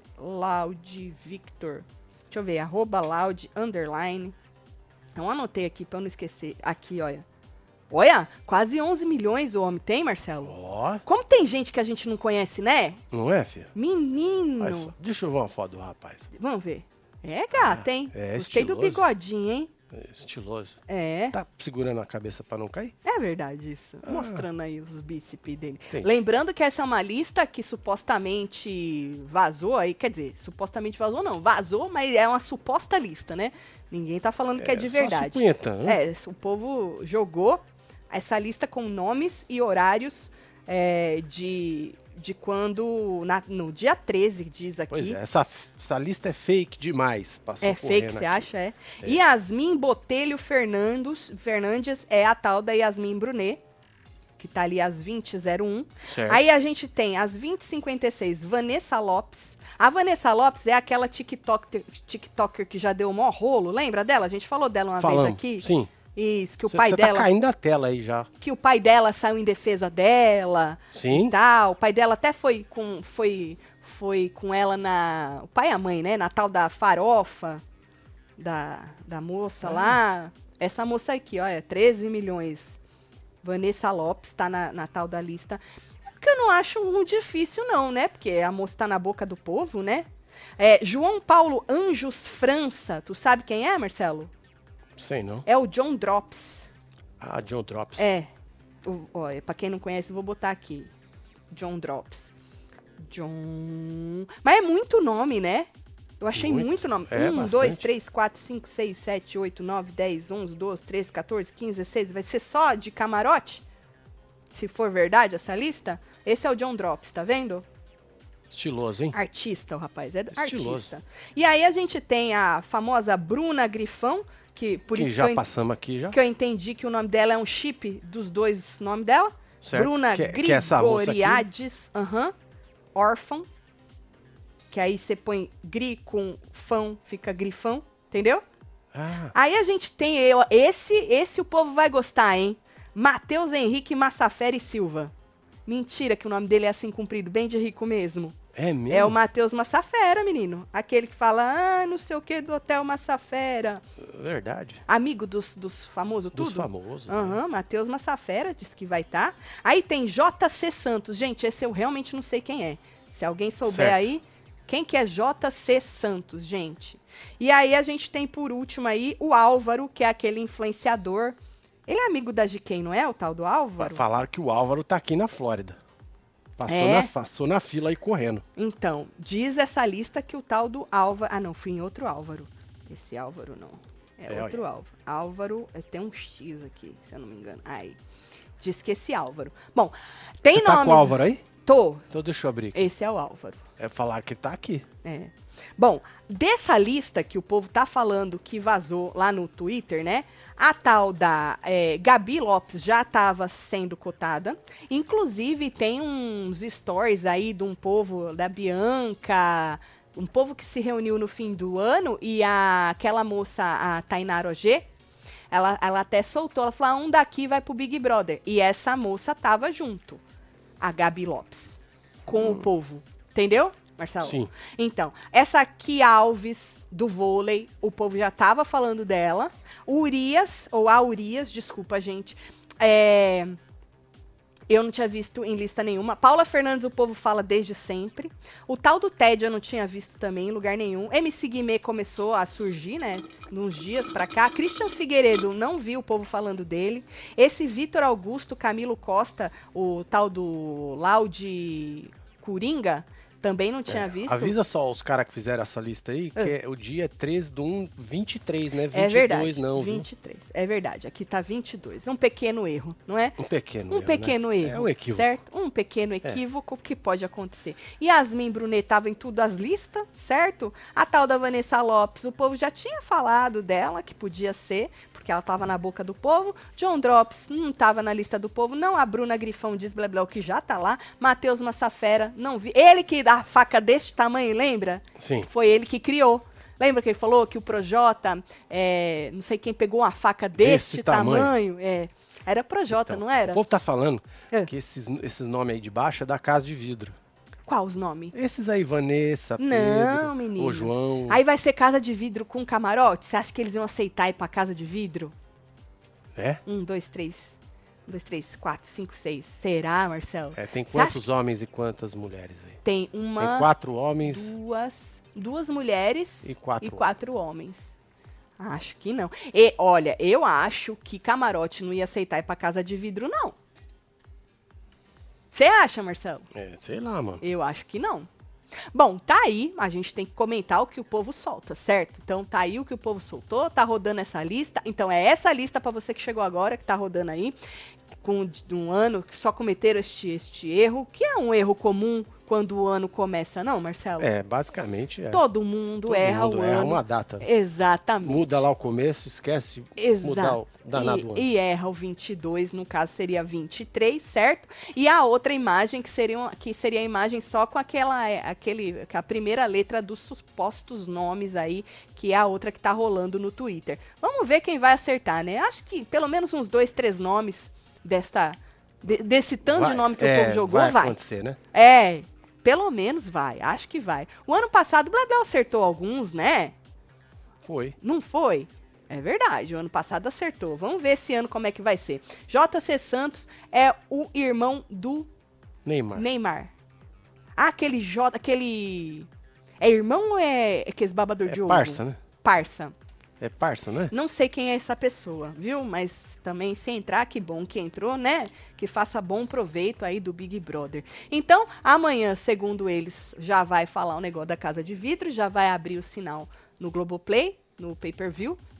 Loud Victor. Deixa eu ver, arroba Loud, underline. Eu anotei aqui pra eu não esquecer. Aqui, olha. Olha, quase onze milhões o homem tem, Marcelo. Ó, Como tem gente que a gente não conhece, né? não é, filho? Menino. Olha só. Deixa eu ver uma foto do rapaz. Vamos ver. É gata, hein? é Gostei do estiloso. bigodinho, hein? É estiloso. É. Tá segurando a cabeça pra não cair? É verdade isso. Mostrando aí os bíceps dele. Entendi. Lembrando que essa é uma lista que supostamente vazou aí, quer dizer, supostamente vazou não, vazou, mas é uma suposta lista, né? Ninguém tá falando que é de só verdade. supunhetando, né? É, o povo jogou essa lista com nomes e horários é, de, de quando, na- no dia treze, diz aqui. Pois é, essa, essa lista é fake demais. Passou É fake, correndo você aqui. acha? É. Yasmin Botelho Fernandes, Fernandes é a tal da Yasmin Brunet, que tá ali às vinte e zero um. Certo. Aí a gente tem às vinte e cinquenta e seis Vanessa Lopes. A Vanessa Lopes é aquela TikTok, TikToker que já deu o maior rolo, lembra dela? A gente falou dela uma Falamos. vez aqui. Sim. Isso, que o Cê- pai cê dela, tá caindo a tela aí já. que o pai dela saiu em defesa dela. Sim. Tal. O pai dela até foi com foi foi com ela na, o pai e a mãe, né, na tal da farofa da, da moça Ah. lá. Essa moça aqui, olha, treze milhões. Vanessa Lopes tá na, na tal da lista. Que eu não acho muito difícil não, né? Porque a moça tá na boca do povo, né? É, João Paulo Anjos França, tu sabe quem é, Marcelo? Sei não. É o John Drops. Ah, John Drops. É. O, olha, pra quem não conhece, eu vou botar aqui. John Drops. John. Mas é muito nome, né? Eu achei muito, Muito. nome. É, um, bastante. dois, três, quatro, cinco, seis, sete, oito, nove, dez, onze, doze, treze, quatorze, quinze, dezesseis. Vai ser só de camarote? Se for verdade essa lista? Esse é o John Drops, tá vendo? Estiloso, hein? Artista, o rapaz. É Estiloso. artista. E aí a gente tem a famosa Bruna Grifão, que por que isso já que eu, passamos aqui já. que eu entendi que o nome dela é um chip dos dois nomes dela. Certo. Bruna que, que é essa moça aqui. Grigoriades, aham, órfã, que aí você põe gri com fão, fica grifão, entendeu? Ah, Aí a gente tem eu, esse, esse o povo vai gostar, hein? Matheus Henrique Massafera e Silva. Mentira que o nome dele é assim comprido, bem de rico mesmo. é mesmo? É o Matheus Massafera, menino. Aquele que fala, ah, não sei o que do Hotel Massafera. Verdade. Amigo dos, dos famosos, tudo? Dos famosos. né? Aham, Matheus Massafera, diz que vai estar. Aí tem J C Santos. Gente, esse eu realmente não sei quem é. Se alguém souber Certo. aí, quem que é J C Santos, gente? E aí a gente tem por último aí o Álvaro, que é aquele influenciador. Ele é amigo da G K, não é? O tal do Álvaro? Falaram que o Álvaro tá aqui na Flórida. Passou, É? na, passou na fila aí correndo. Então, diz essa lista que o tal do Álvaro... Ah, não, fui em outro Álvaro. Esse Álvaro não. É, É, outro Álvaro. Álvaro, é, tem um X aqui, se eu não me engano. Aí, diz que esse Álvaro. Bom, tem Você nomes... tá com o Álvaro aí? Tô. Então deixa eu abrir aqui. Esse é o Álvaro. É falar que tá aqui. É. Bom, dessa lista que o povo tá falando que vazou lá no Twitter, né? A tal da é, Gabi Lopes já estava sendo cotada. Inclusive, tem uns stories aí de um povo da Bianca, um povo que se reuniu no fim do ano, e a, aquela moça, a Tainara Ogê, ela, ela até soltou, ela falou, ah, um daqui vai pro Big Brother. E essa moça tava junto, a Gabi Lopes, com o povo. Entendeu, Marcelo? Sim. Então, essa aqui Alves, do vôlei, o povo já tava falando dela. O Urias, ou a Urias, desculpa, gente, é... eu não tinha visto em lista nenhuma. Paula Fernandes, o povo fala desde sempre. O tal do Ted eu não tinha visto também em lugar nenhum. M C Guimê começou a surgir, né, uns dias pra cá. Christian Figueiredo, não vi o povo falando dele. Esse Vitor Augusto, Camilo Costa, o tal do Laude Coringa, também não tinha É, visto. avisa só os caras que fizeram essa lista aí, que Ah. é o dia treze do um, vinte e três, né? vinte e dois É verdade, não, viu? vinte e três. É verdade, aqui tá vinte e dois. Um pequeno erro, não é? Um pequeno Um erro, pequeno né? erro, É um equívoco. certo? Um pequeno equívoco que pode acontecer. Yasmin Brunet tava em tudo as listas, certo? A tal da Vanessa Lopes, o povo já tinha falado dela, que podia ser, porque ela tava na boca do povo. John Drops não tava na lista do povo, não. A Bruna Grifão diz Blebleu que já tá lá. Matheus Massafera, não vi. Ele que dá faca deste tamanho, lembra? Sim. Foi ele que criou. Lembra que ele falou que o Projota, é, não sei quem pegou uma faca deste Desse tamanho. tamanho? É, era Projota, Então, não era? O povo tá falando É. que esses, esses nomes aí de baixo é da Casa de Vidro. Qual os nomes? Esses aí, Vanessa, Não, Pedro, menino. o João. Aí vai ser casa de vidro com camarote? Você acha que eles iam aceitar ir pra casa de vidro? É? Um, dois, três. Um, dois, três, quatro, cinco, seis. Será, Marcelo? É, tem Você quantos homens e quantas mulheres aí? Tem uma, Tem quatro homens. duas, duas mulheres E quatro e quatro homens. Acho que não. E, olha, eu acho que camarote não ia aceitar ir pra casa de vidro, não. Você acha, Marcelo? É, sei lá, mano. Eu acho que não. Bom, tá aí, a gente tem que comentar o que o povo solta, certo? Então tá aí o que o povo soltou, tá rodando essa lista. Então é essa lista pra você que chegou agora, que tá rodando aí, com um ano que só cometeram este, este erro, que é um erro comum quando o ano começa, não, Marcelo? É, basicamente é. Todo mundo Todo erra mundo o erra ano. uma data. Exatamente. Muda lá o começo, esquece Exato. mudar o danado ano. E, e erra o vinte e dois, no caso seria vinte e três, certo? E a outra imagem, que seria, uma- que seria a imagem só com aquela, é, aquele, com a primeira letra dos supostos nomes aí, que é a outra que tá rolando no Twitter. Vamos ver quem vai acertar, né? Acho que pelo menos uns dois, três nomes desta, de- desse tanto de Vai- nome que é, o povo jogou, vai. vai. acontecer, né? É, pelo menos vai, acho que vai. O ano passado o Blabel acertou alguns, né? Foi. Não foi? É verdade, o ano passado acertou. Vamos ver esse ano como é que vai ser. J C Santos é o irmão do Neymar. Neymar. Ah, aquele J, aquele... É irmão ou é aqueles babador de É ovo? parça, né? Parça. É parça, né? Não sei quem é essa pessoa, viu? Mas também, se entrar, que bom que entrou, né? Que faça bom proveito aí do Big Brother. Então, amanhã, segundo eles, já vai falar o negócio da Casa de Vidro, já vai abrir o sinal no Globoplay, no pay-per-view,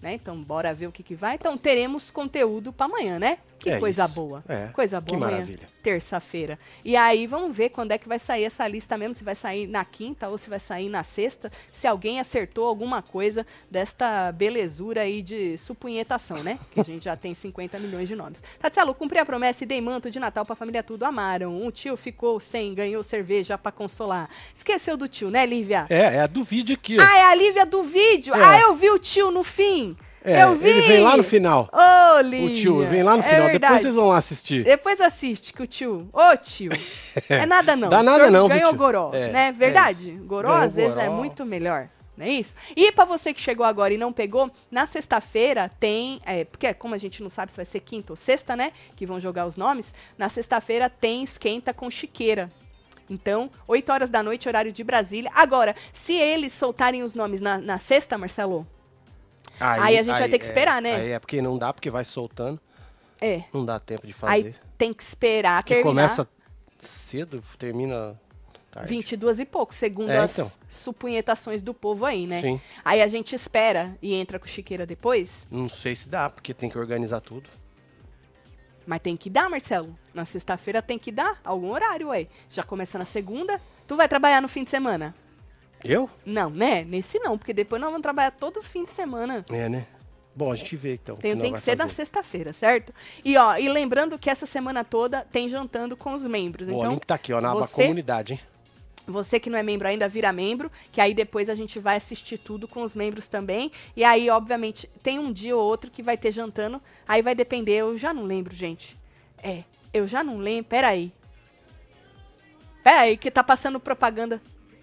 né? Então, bora ver o que que vai. Então, teremos conteúdo para amanhã, né? Que é coisa isso. boa. É. Coisa boa que amanhã, maravilha. terça-feira. E aí, vamos ver quando é que vai sair essa lista mesmo, se vai sair na quinta ou se vai sair na sexta, se alguém acertou alguma coisa desta belezura aí de supunhetação, né? Que a gente já tem cinquenta milhões de nomes. Tatselo, cumpri a promessa e dei manto de Natal pra família tudo. Amaram. O tio ficou sem, ganhou cerveja pra consolar. Esqueceu do tio, né, Lívia? É, é a do vídeo aqui. Ó. Ah, é a Lívia do vídeo. É. Ah, eu vi o tio no fim. É, eu vi. Ele vem lá no final. Ô, Lívia. O tio vem lá no É final. verdade. Depois vocês vão lá assistir. Depois assiste que o tio... Ô, tio. É nada não. Dá O nada senhor não, ganhou tio. goró, É, né? Verdade? é Goró, Ganhou às vezes, é goró. muito melhor. Não é isso? E pra você que chegou agora e não pegou, na sexta-feira tem... É, porque como a gente não sabe se vai ser quinta ou sexta, né? Que vão jogar os nomes. Na sexta-feira tem esquenta com chiqueira. Então, oito horas da noite, horário de Brasília. Agora, se eles soltarem os nomes na, na sexta, Marcelo... Aí, aí a gente aí, vai ter que esperar, é, né? Aí é porque não dá, porque vai soltando. É. Não dá tempo de fazer. Aí tem que esperar porque terminar. Começa cedo, termina tarde. vinte e duas e pouco, segundo é, as então. supunhetações do povo aí, né? Sim. Aí a gente espera e entra com chiqueira depois. Não sei se dá, porque tem que organizar tudo. Mas tem que dar, Marcelo. Na sexta-feira tem que dar algum horário, ué. Já começa na segunda. Tu vai trabalhar no fim de semana? Eu? Não, né? Nesse não, porque depois nós vamos trabalhar todo fim de semana. É, né? Bom, a gente vê então. Tem, que tem que ser fazer. na sexta-feira, certo? E ó, e lembrando que essa semana toda tem jantando com os membros. Bom, então, o link tá aqui, ó, na aba você, comunidade, hein? Você que não é membro ainda, vira membro, que aí depois a gente vai assistir tudo com os membros também. E aí, obviamente, tem um dia ou outro que vai ter jantando. Aí vai depender, eu já não lembro, gente. É, eu já não lembro. Peraí. Peraí, que tá passando propaganda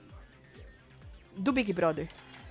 do Big Brother.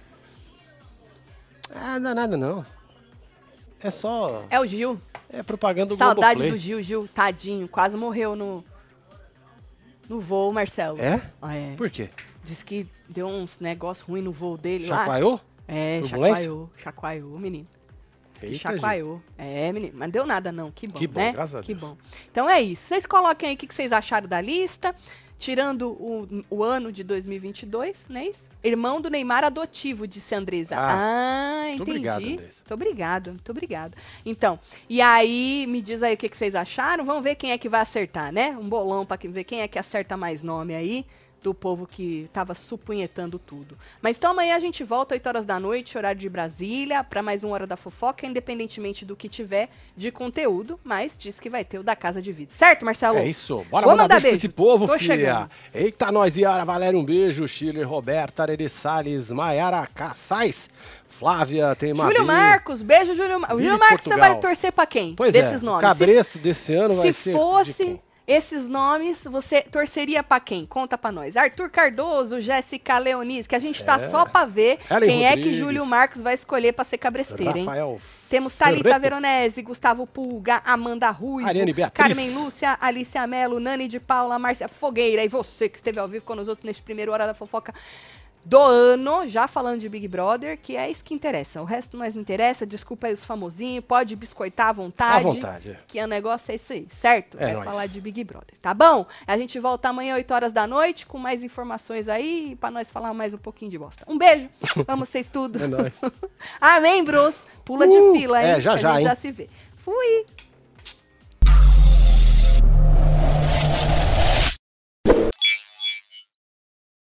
Ah, não é nada não. É só... É o Gil. É propaganda do Saudade Globoplay. do Gil, Gil, tadinho. Quase morreu no, no voo, Marcelo. É? Ah, é. Por quê? Diz que deu uns negócios ruins no voo dele Chacoalhou? lá. É, Turbulência? chacoalhou. Chacoalhou, menino. Eita, Chacoalhou. É, menino. Mas deu nada, não. Que bom, Que bom, né? graças a Que Deus. bom. Então é isso. Vocês coloquem aí o que que vocês acharam da lista. Tirando o, o ano de dois mil e vinte e dois, não é isso? Irmão do Neymar adotivo, disse a Andresa. Ah, Ah, entendi. muito obrigado, Andresa. Muito obrigado, muito obrigado. Então, e aí, me diz aí o que, que vocês acharam. Vamos ver quem é que vai acertar, né? Um bolão pra ver quem é que acerta mais nome aí do povo que tava supunhetando tudo. Mas então amanhã a gente volta, oito horas da noite, horário de Brasília, para mais uma Hora da Fofoca, independentemente do que tiver de conteúdo, mas diz que vai ter o da Casa de Vídeo. Certo, Marcelo? É isso. Bora Vou mandar, mandar beijo, pra beijo. esse povo, Tô filha. chegando. Eita, nós, Yara, Valéria, um beijo. Chile, Roberta, Areli Salles, Maiara Caçais, Flávia, tem Mabi. Júlio Marcos, beijo, Júlio Marcos. Júlio Marcos, você vai torcer pra quem? Pois desses é, nomes? o cabresto desse ano vai Se ser fosse de quem? esses nomes, você torceria pra quem? Conta pra nós. Arthur Cardoso, Jéssica Leonis, que a gente tá É. só pra ver Ellen quem é que Rodrigues. Júlio Marcos vai escolher pra ser cabresteira, hein? Rafael Temos Thalita Ferreto. Veronese, Gustavo Pulga, Amanda Ruivo, Ariane Beatriz. Carmen Lúcia, Alicia Melo, Nani de Paula, Márcia Fogueira e você que esteve ao vivo com nós outros neste primeiro Hora da Fofoca do ano, já falando de Big Brother, que é isso que interessa. O resto mais não interessa, desculpa aí os famosinhos, pode biscoitar à vontade. À vontade, é. Que o negócio é isso aí, certo? É É nóis. falar de Big Brother, tá bom? A gente volta amanhã, oito horas da noite, com mais informações aí, pra nós falar mais um pouquinho de bosta. Um beijo, amo vocês tudo. É nóis. Amém, Bruce? Pula Uh, de fila, hein? é, já, que já, a gente hein? já se vê. Fui!